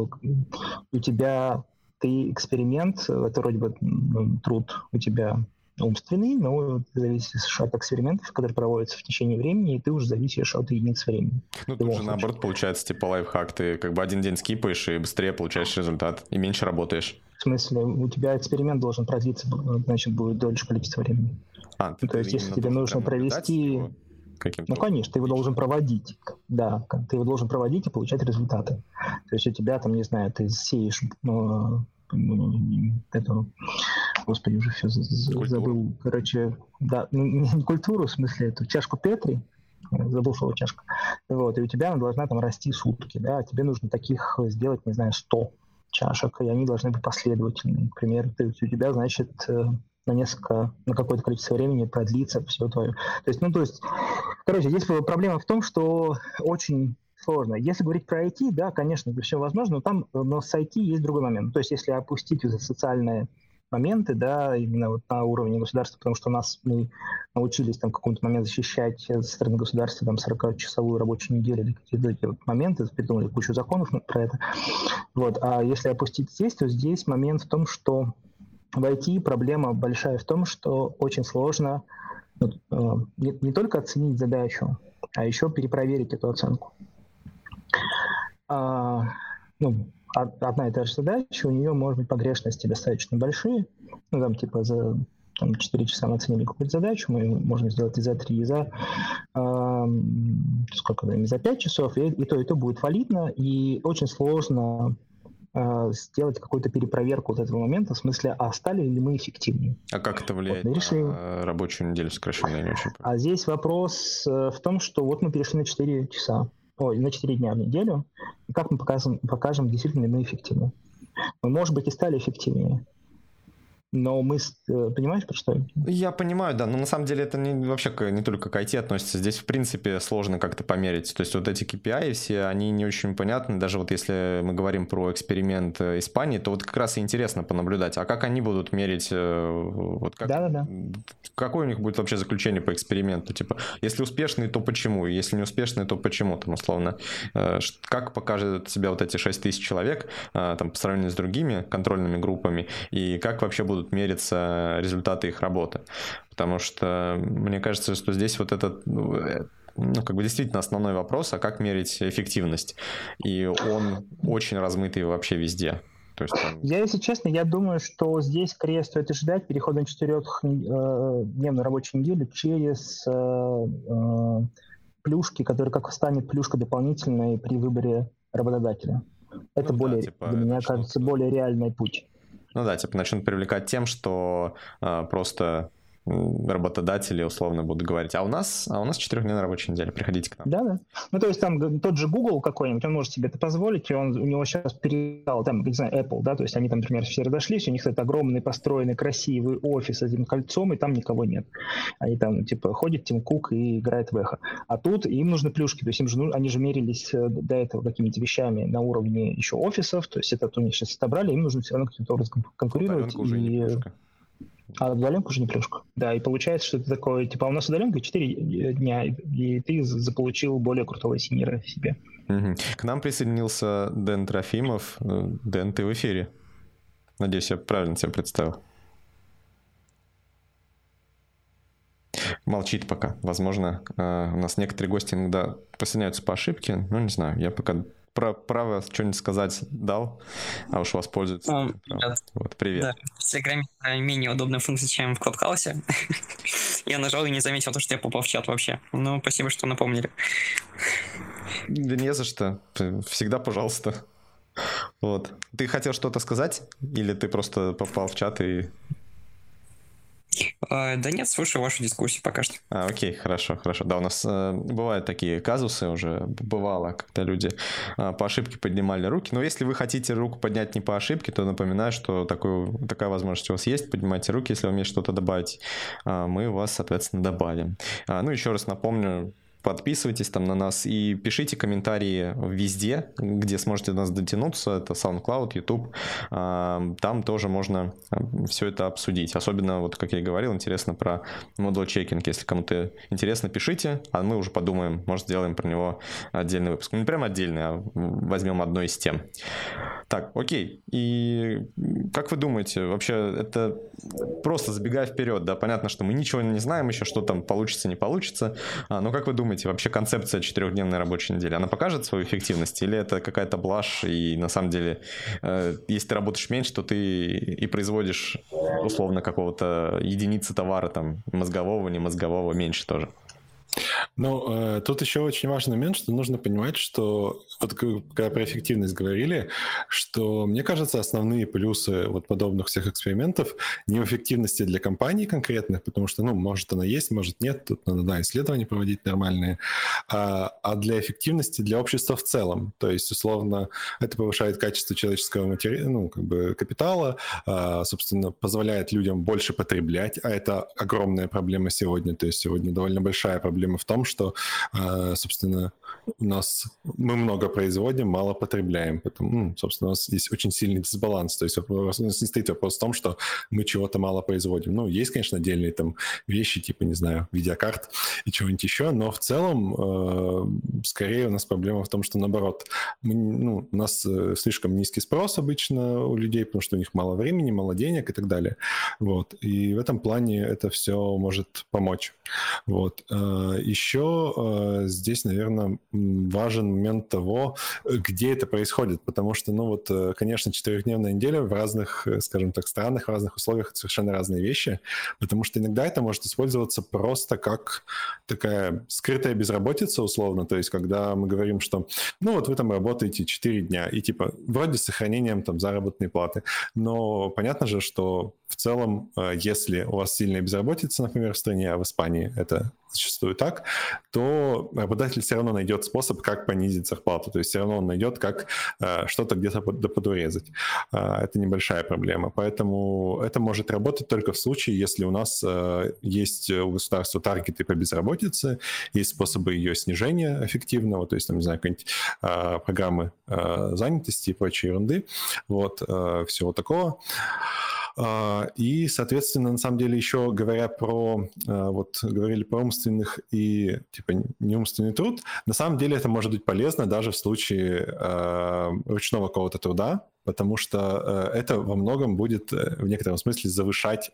у тебя ты эксперимент, это вроде бы труд у тебя умственный, но ты зависишь от экспериментов, которые проводятся в течение времени, и ты уже зависишь от единиц времени. Ну, тут же наоборот получается, типа лайфхак, ты как бы 1 день скипаешь и быстрее получаешь результат, и меньше работаешь. В смысле, у тебя эксперимент должен продлиться, значит, будет дольше количество времени. То есть, если тебе нужно провести... Ну, конечно, ты его должен проводить. Да, ты его должен проводить и получать результаты. То есть у тебя там, не знаю, ты сеешь эту... Господи, уже все забыл. Короче, да, не культуру, в смысле, эту чашку Петри. Забыл слово чашка. Вот, и у тебя она должна там расти сутки, да, тебе нужно таких сделать, не знаю, 100 чашек, и они должны быть последовательными. Например, у тебя, значит, на какое-то количество времени продлится все твое. То есть, короче, здесь проблема в том, что очень сложно. Если говорить про IT, да, конечно, это все возможно, но с IT есть другой момент. То есть, если опустить социальные моменты, да, именно вот на уровне государства, потому что мы научились там в какой-то момент защищать со стороны государства там 40-часовую рабочую неделю или какие-то эти вот моменты, придумали кучу законов про это. Вот. А если опустить здесь, то здесь момент в том, что в IT проблема большая в том, что очень сложно не только оценить задачу, а еще перепроверить эту оценку. Одна и та же задача, у нее может быть погрешности достаточно большие, ну, там, типа, там 4 часа мы оценили какую-то задачу, мы можем сделать и за 3, и за, сколько времени, за 5 часов, и то будет валидно, и очень сложно сделать какую-то перепроверку вот этого момента, в смысле, а стали ли мы эффективнее. А как это влияет на рабочую неделю сокращенную? А здесь вопрос в том, что вот мы перешли на 4 часа, на 4 дня в неделю, и как мы покажем, действительно ли мы эффективны. Мы, может быть, и стали эффективнее. Но мы... Понимаешь, про что? Я понимаю, да, но на самом деле это вообще не только к IT относится. Здесь, в принципе, сложно как-то померить. То есть вот эти KPI все, они не очень понятны. Даже вот если мы говорим про эксперимент Испании, то вот как раз и интересно понаблюдать. А как они будут мерить... Вот как, да. Какое у них будет вообще заключение по эксперименту? Типа, если успешный, то почему? Если не успешный, то почему? Там, условно, как покажет себя вот эти 6 тысяч человек там, по сравнению с другими контрольными группами? И как вообще будут мериться результаты их работы. Потому что мне кажется, что здесь вот этот как бы действительно основной вопрос, а как мерить эффективность? И он очень размытый вообще везде. То есть, Я, если честно, я думаю, что здесь скорее стоит ожидать перехода на 4-дневную рабочую неделю через плюшки, которые как станет плюшка дополнительной при выборе работодателя. Это для меня кажется, более реальный путь. Ну да, начнут привлекать тем, что просто работодатели условно будут говорить, а у нас 4-дневная рабочая неделя, приходите к нам. Да. Ну, то есть там тот же Google какой-нибудь, он может себе это позволить, и у него сейчас перестал, там, не знаю, Apple, да, то есть они там, например, все разошлись, у них этот огромный, построенный, красивый офис с этим кольцом, и там никого нет. Они там, типа, ходит Тим Кук и играет в эхо. А тут им нужны плюшки, то есть они же мерились до этого какими-то вещами на уровне еще офисов, то есть это у них сейчас отобрали, им нужно все равно каким-то образом конкурировать. Уже не плюшка. А удаленка уже не плюшка. Да, и получается, что это такое, типа, у нас удаленка 4 дня, и ты заполучил более крутого синьора себе. Угу. К нам присоединился Дэн Трофимов. Дэн, ты в эфире. Надеюсь, я правильно тебя представил. Молчит пока. Возможно, у нас некоторые гости иногда присоединяются по ошибке. Ну, не знаю, я пока... Право что-нибудь сказать дал, а уж воспользуется. Вот, привет. Да, в Телеграме менее удобная функция, чем в Клабхаусе. Я нажал и не заметил то, что я попал в чат вообще. Ну, спасибо, что напомнили. Да не за что. Всегда пожалуйста. Вот. Ты хотел что-то сказать? Или ты просто попал в чат и... Да нет, слушаю вашу дискуссию пока что. Окей, хорошо. Да, у нас бывают такие казусы уже, бывало, когда люди по ошибке поднимали руки. Но если вы хотите руку поднять не по ошибке, то напоминаю, что такая возможность у вас есть. Поднимайте руки, если вам есть что-то добавить. Мы вас, соответственно, добавим. Ну, еще раз напомню, подписывайтесь там на нас и пишите комментарии везде, где сможете до нас дотянуться. Это SoundCloud, YouTube. Там тоже можно все это обсудить. Особенно, вот как я и говорил, интересно про модуль чекинг. Если кому-то интересно, пишите, а мы уже подумаем, может, сделаем про него отдельный выпуск. Ну, не прям отдельный, а возьмем одну из тем. Так, окей. И как вы думаете, вообще это просто забегая вперед, да, понятно, что мы ничего не знаем еще, что там получится, не получится, но как вы думаете, вообще концепция 4-дневной рабочей недели, она покажет свою эффективность или это какая-то блажь, и на самом деле, если ты работаешь меньше, то ты и производишь условно какого-то единицы товара, там, мозгового, не мозгового, меньше тоже? Ну, тут еще очень важный момент, что нужно понимать, что вот когда про эффективность говорили, что, мне кажется, основные плюсы вот подобных всех экспериментов не в эффективности для компаний конкретных, потому что, ну, может она есть, может нет, тут надо, да, исследования проводить нормальные, а для эффективности для общества в целом. То есть, условно, это повышает качество человеческого капитала, собственно, позволяет людям больше потреблять, а это огромная проблема сегодня. То есть сегодня довольно большая проблема в том, что, собственно, мы много производим, мало потребляем. Поэтому, собственно, у нас есть очень сильный дисбаланс. То есть у нас не стоит вопрос в том, что мы чего-то мало производим. Ну, есть, конечно, отдельные там вещи, типа, не знаю, видеокарт и чего-нибудь еще, но в целом скорее у нас проблема в том, что, наоборот, у нас слишком низкий спрос обычно у людей, потому что у них мало времени, мало денег и так далее. Вот. И в этом плане это все может помочь. Вот. Еще еще здесь, наверное, важен момент того, где это происходит, потому что, ну вот, конечно, 4-дневная неделя в разных, скажем так, странах, в разных условиях совершенно разные вещи, потому что иногда это может использоваться просто как такая скрытая безработица, условно, то есть когда мы говорим, что, ну вот вы там работаете 4 дня, и типа вроде с сохранением там заработной платы, но понятно же, что в целом, если у вас сильная безработица, например, в стране, а в Испании это зачастую так, то работодатель все равно найдет способ, как понизить зарплату. То есть все равно он найдет, как что-то где-то подурезать. Это небольшая проблема. Поэтому это может работать только в случае, если у нас есть у государства таргеты по безработице, есть способы ее снижения эффективного, то есть, там, не знаю, какие-нибудь программы занятости и прочей ерунды. Вот, всего такого. И, соответственно, на самом деле еще говоря про, вот говорили про умственных и типа неумственный труд, на самом деле это может быть полезно даже в случае ручного какого-то труда, потому что это во многом будет в некотором смысле завышать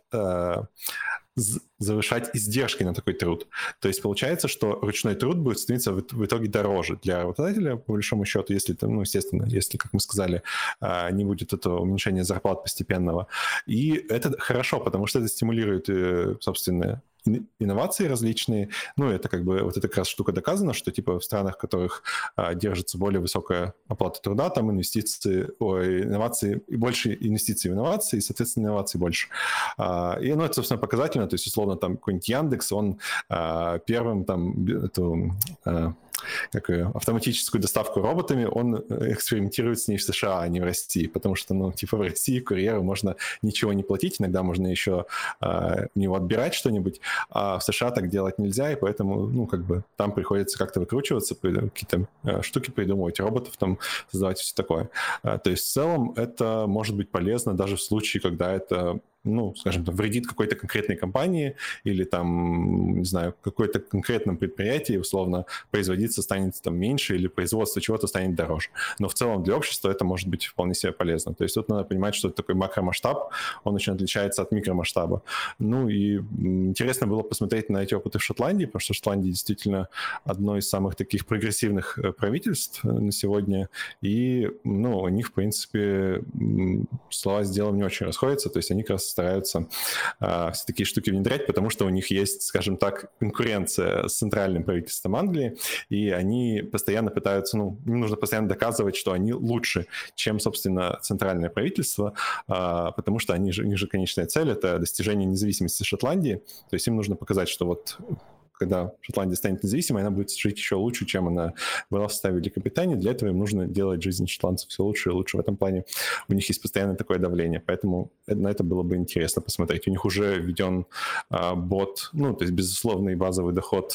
издержки на такой труд. То есть получается, что ручной труд будет становиться в итоге дороже для работодателя, по большому счету, если, ну, естественно, если, как мы сказали, не будет этого уменьшения зарплат постепенного. И это хорошо, потому что это стимулирует, собственно, инновации различные. Ну, это как бы, вот эта как раз штука доказана, что типа в странах, в которых держится более высокая оплата труда, там инновации, больше инвестиций в инновации, и, соответственно, инноваций больше. И, ну, это, собственно, показательно, то есть, условно, там какой-нибудь Яндекс, он первым там эту автоматическую доставку роботами, он экспериментирует с ней в США, а не в России, потому что, ну, типа в России курьеру можно ничего не платить, иногда можно еще у него отбирать что-нибудь, а в США так делать нельзя, и поэтому, ну, как бы там приходится как-то выкручиваться, какие-то штуки придумывать, роботов там создавать и все такое. То есть в целом это может быть полезно даже в случае, когда это, ну, скажем, там, вредит какой-то конкретной компании или там, не знаю, какой-то конкретном предприятии, условно, производиться станет там меньше или производство чего-то станет дороже. Но в целом для общества это может быть вполне себе полезно. То есть тут надо понимать, что это такой макромасштаб, он очень отличается от микромасштаба. Ну и интересно было посмотреть на эти опыты в Шотландии, потому что Шотландия действительно одно из самых таких прогрессивных правительств на сегодня, и, ну, у них, в принципе, слова с делом не очень расходятся, то есть они как раз стараются все такие штуки внедрять, потому что у них есть, скажем так, конкуренция с центральным правительством Англии, и они постоянно пытаются, ну, им нужно постоянно доказывать, что они лучше, чем, собственно, центральное правительство, потому что у них же конечная цель — это достижение независимости Шотландии, то есть им нужно показать, что вот когда Шотландия станет независимой, она будет жить еще лучше, чем она была в составе Великобритании. Для этого им нужно делать жизнь шотландцев все лучше и лучше. В этом плане у них есть постоянно такое давление, поэтому на это было бы интересно посмотреть. У них уже введен бот, ну, то есть безусловный базовый доход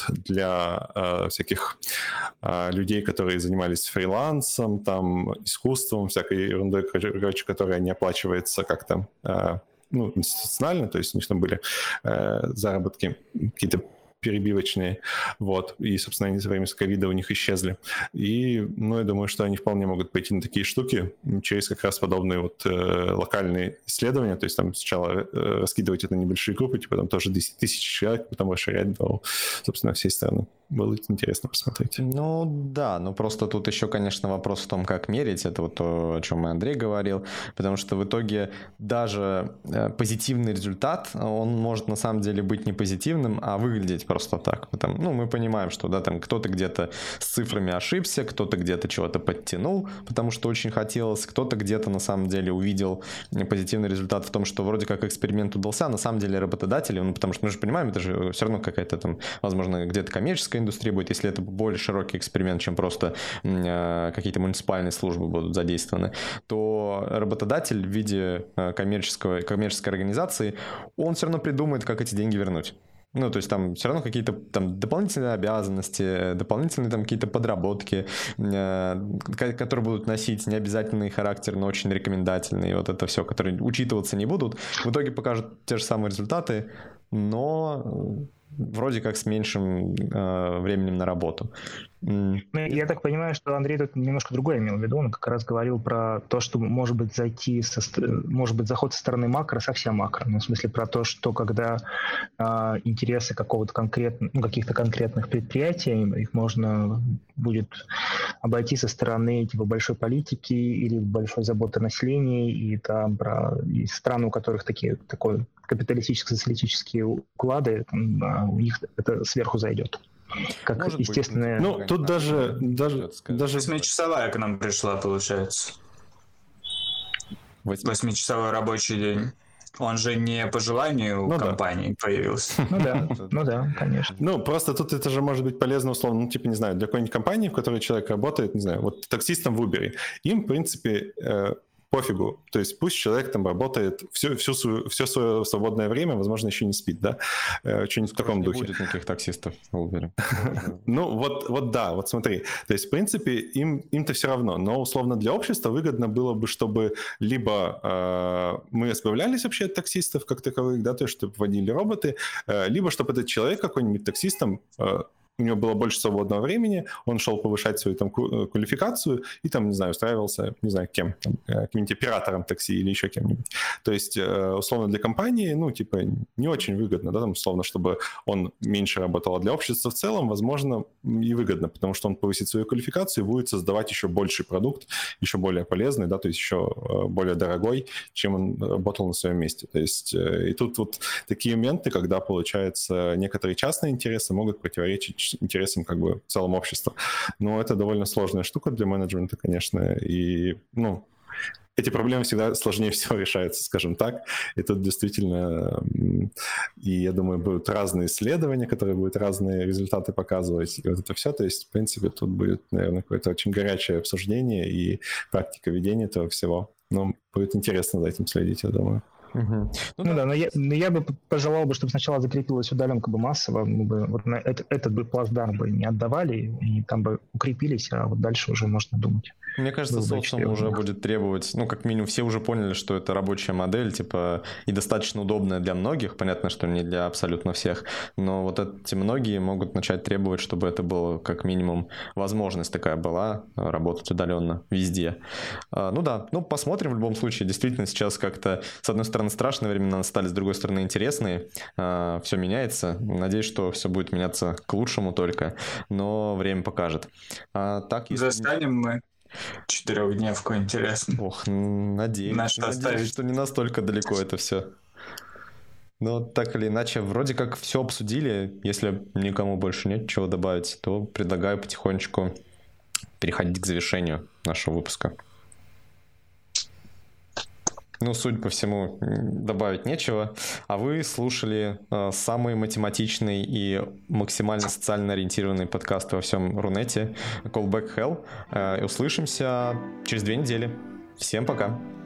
для всяких людей, которые занимались фрилансом, там, искусством, всякой ерундой, короче, которая не оплачивается как-то, ну, институционально, то есть у них там были заработки какие-то перебивочные, вот, и, собственно, они за время ковида у них исчезли. И, ну, я думаю, что они вполне могут пойти на такие штуки через как раз подобные вот локальные исследования, то есть там сначала раскидывать это на небольшие группы, типа там тоже 10 тысяч человек, потом расширять до, собственно, всей страны. Было интересно посмотреть. Ну, да, но просто тут еще, конечно, вопрос в том, как мерить. Это вот то, о чем и Андрей говорил, потому что в итоге даже позитивный результат, он может на самом деле быть не позитивным, а выглядеть просто так. Потому, ну, мы понимаем, что, да, там кто-то где-то с цифрами ошибся, кто-то где-то чего-то подтянул, потому что очень хотелось, кто-то где-то на самом деле увидел позитивный результат в том, что вроде как эксперимент удался, а на самом деле работодатели, ну, потому что мы же понимаем, это же все равно какая-то там, возможно, где-то коммерческая индустрия будет, если это более широкий эксперимент, чем просто какие-то муниципальные службы будут задействованы, то работодатель в виде коммерческой организации, он все равно придумает, как эти деньги вернуть. Ну, то есть там все равно какие-то там дополнительные обязанности, дополнительные там какие-то подработки, которые будут носить необязательный характер, но очень рекомендательный, вот это все, которые учитываться не будут, в итоге покажут те же самые результаты, но вроде как с меньшим временем на работу. Я так понимаю, что Андрей тут немножко другое имел в виду. Он как раз говорил про то, что может быть может быть заход со стороны макро, совсем макро. Ну, в смысле про то, что когда интересы каких-то конкретных предприятий, их можно будет обойти со стороны типа большой политики или большой заботы населения, и там и страны, у которых такой капиталистическо-социалистические уклады, там, у них это сверху зайдет. Как может естественное... Ну, тут даже 8-часовая к нам пришла, получается. 8-часовой рабочий день. Он же не по желанию компании появился. Ну да, конечно. Ну, просто тут это же может быть полезно, условно, ну, типа, не знаю, для какой-нибудь компании, в которой человек работает, не знаю, вот таксистом в Uber. Им, в принципе, пофигу. То есть пусть человек там работает все свое свободное время, возможно, еще не спит, да? Что-нибудь в таком духе. Не будет никаких таксистов в Uber. Ну, вот смотри. То есть, в принципе, им-то все равно. Но, условно, для общества выгодно было бы, чтобы либо мы избавлялись вообще от таксистов как таковых, да, то есть, чтобы водили роботы, либо чтобы этот человек какой-нибудь таксистом... у него было больше свободного времени, он шел повышать свою там квалификацию и там, не знаю, устраивался, не знаю, кем, там, каким-нибудь оператором такси или еще кем-нибудь. То есть, условно, для компании, ну, типа, не очень выгодно, да, там, условно, чтобы он меньше работал, а для общества в целом, возможно, и выгодно, потому что он повысит свою квалификацию и будет создавать еще больший продукт, еще более полезный, да, то есть еще более дорогой, чем он работал на своем месте. То есть, и тут вот такие моменты, когда, получается, некоторые частные интересы могут противоречить интересам как бы в целом общества. Но это довольно сложная штука для менеджмента, конечно, и, ну, эти проблемы всегда сложнее всего решаются, скажем так. И тут действительно, и я думаю, будут разные исследования, которые будут разные результаты показывать, и вот это все. То есть, в принципе, тут будет, наверное, какое-то очень горячее обсуждение и практика ведения этого всего. Но будет интересно за этим следить, я думаю. Ну да, но я бы пожелал бы, чтобы сначала закрепилась удаленка бы массово, мы бы вот на этот бы плацдарм бы не отдавали, и там бы укрепились, а вот дальше уже можно думать. Мне кажется, социум уже будет требовать, ну, как минимум, все уже поняли, что это рабочая модель, типа, и достаточно удобная для многих, понятно, что не для абсолютно всех, но вот эти многие могут начать требовать, чтобы это было, как минимум, возможность такая была, работать удаленно везде. Ну да, ну, посмотрим в любом случае, действительно, сейчас как-то, с одной стороны, страшные времена настали, с другой стороны, интересные, все меняется, надеюсь, что все будет меняться к лучшему только, но время покажет. Так, если... Застанем мы 4-дневку, интересно. Ох, надеюсь, что не настолько далеко это все. Но так или иначе, вроде как все обсудили. Если никому больше нет чего добавить, то предлагаю потихонечку переходить к завершению нашего выпуска. Ну, судя по всему, добавить нечего. А вы слушали самый математичный и максимально социально ориентированный подкаст во всем Рунете Callback Hell. И услышимся через 2 недели. Всем пока.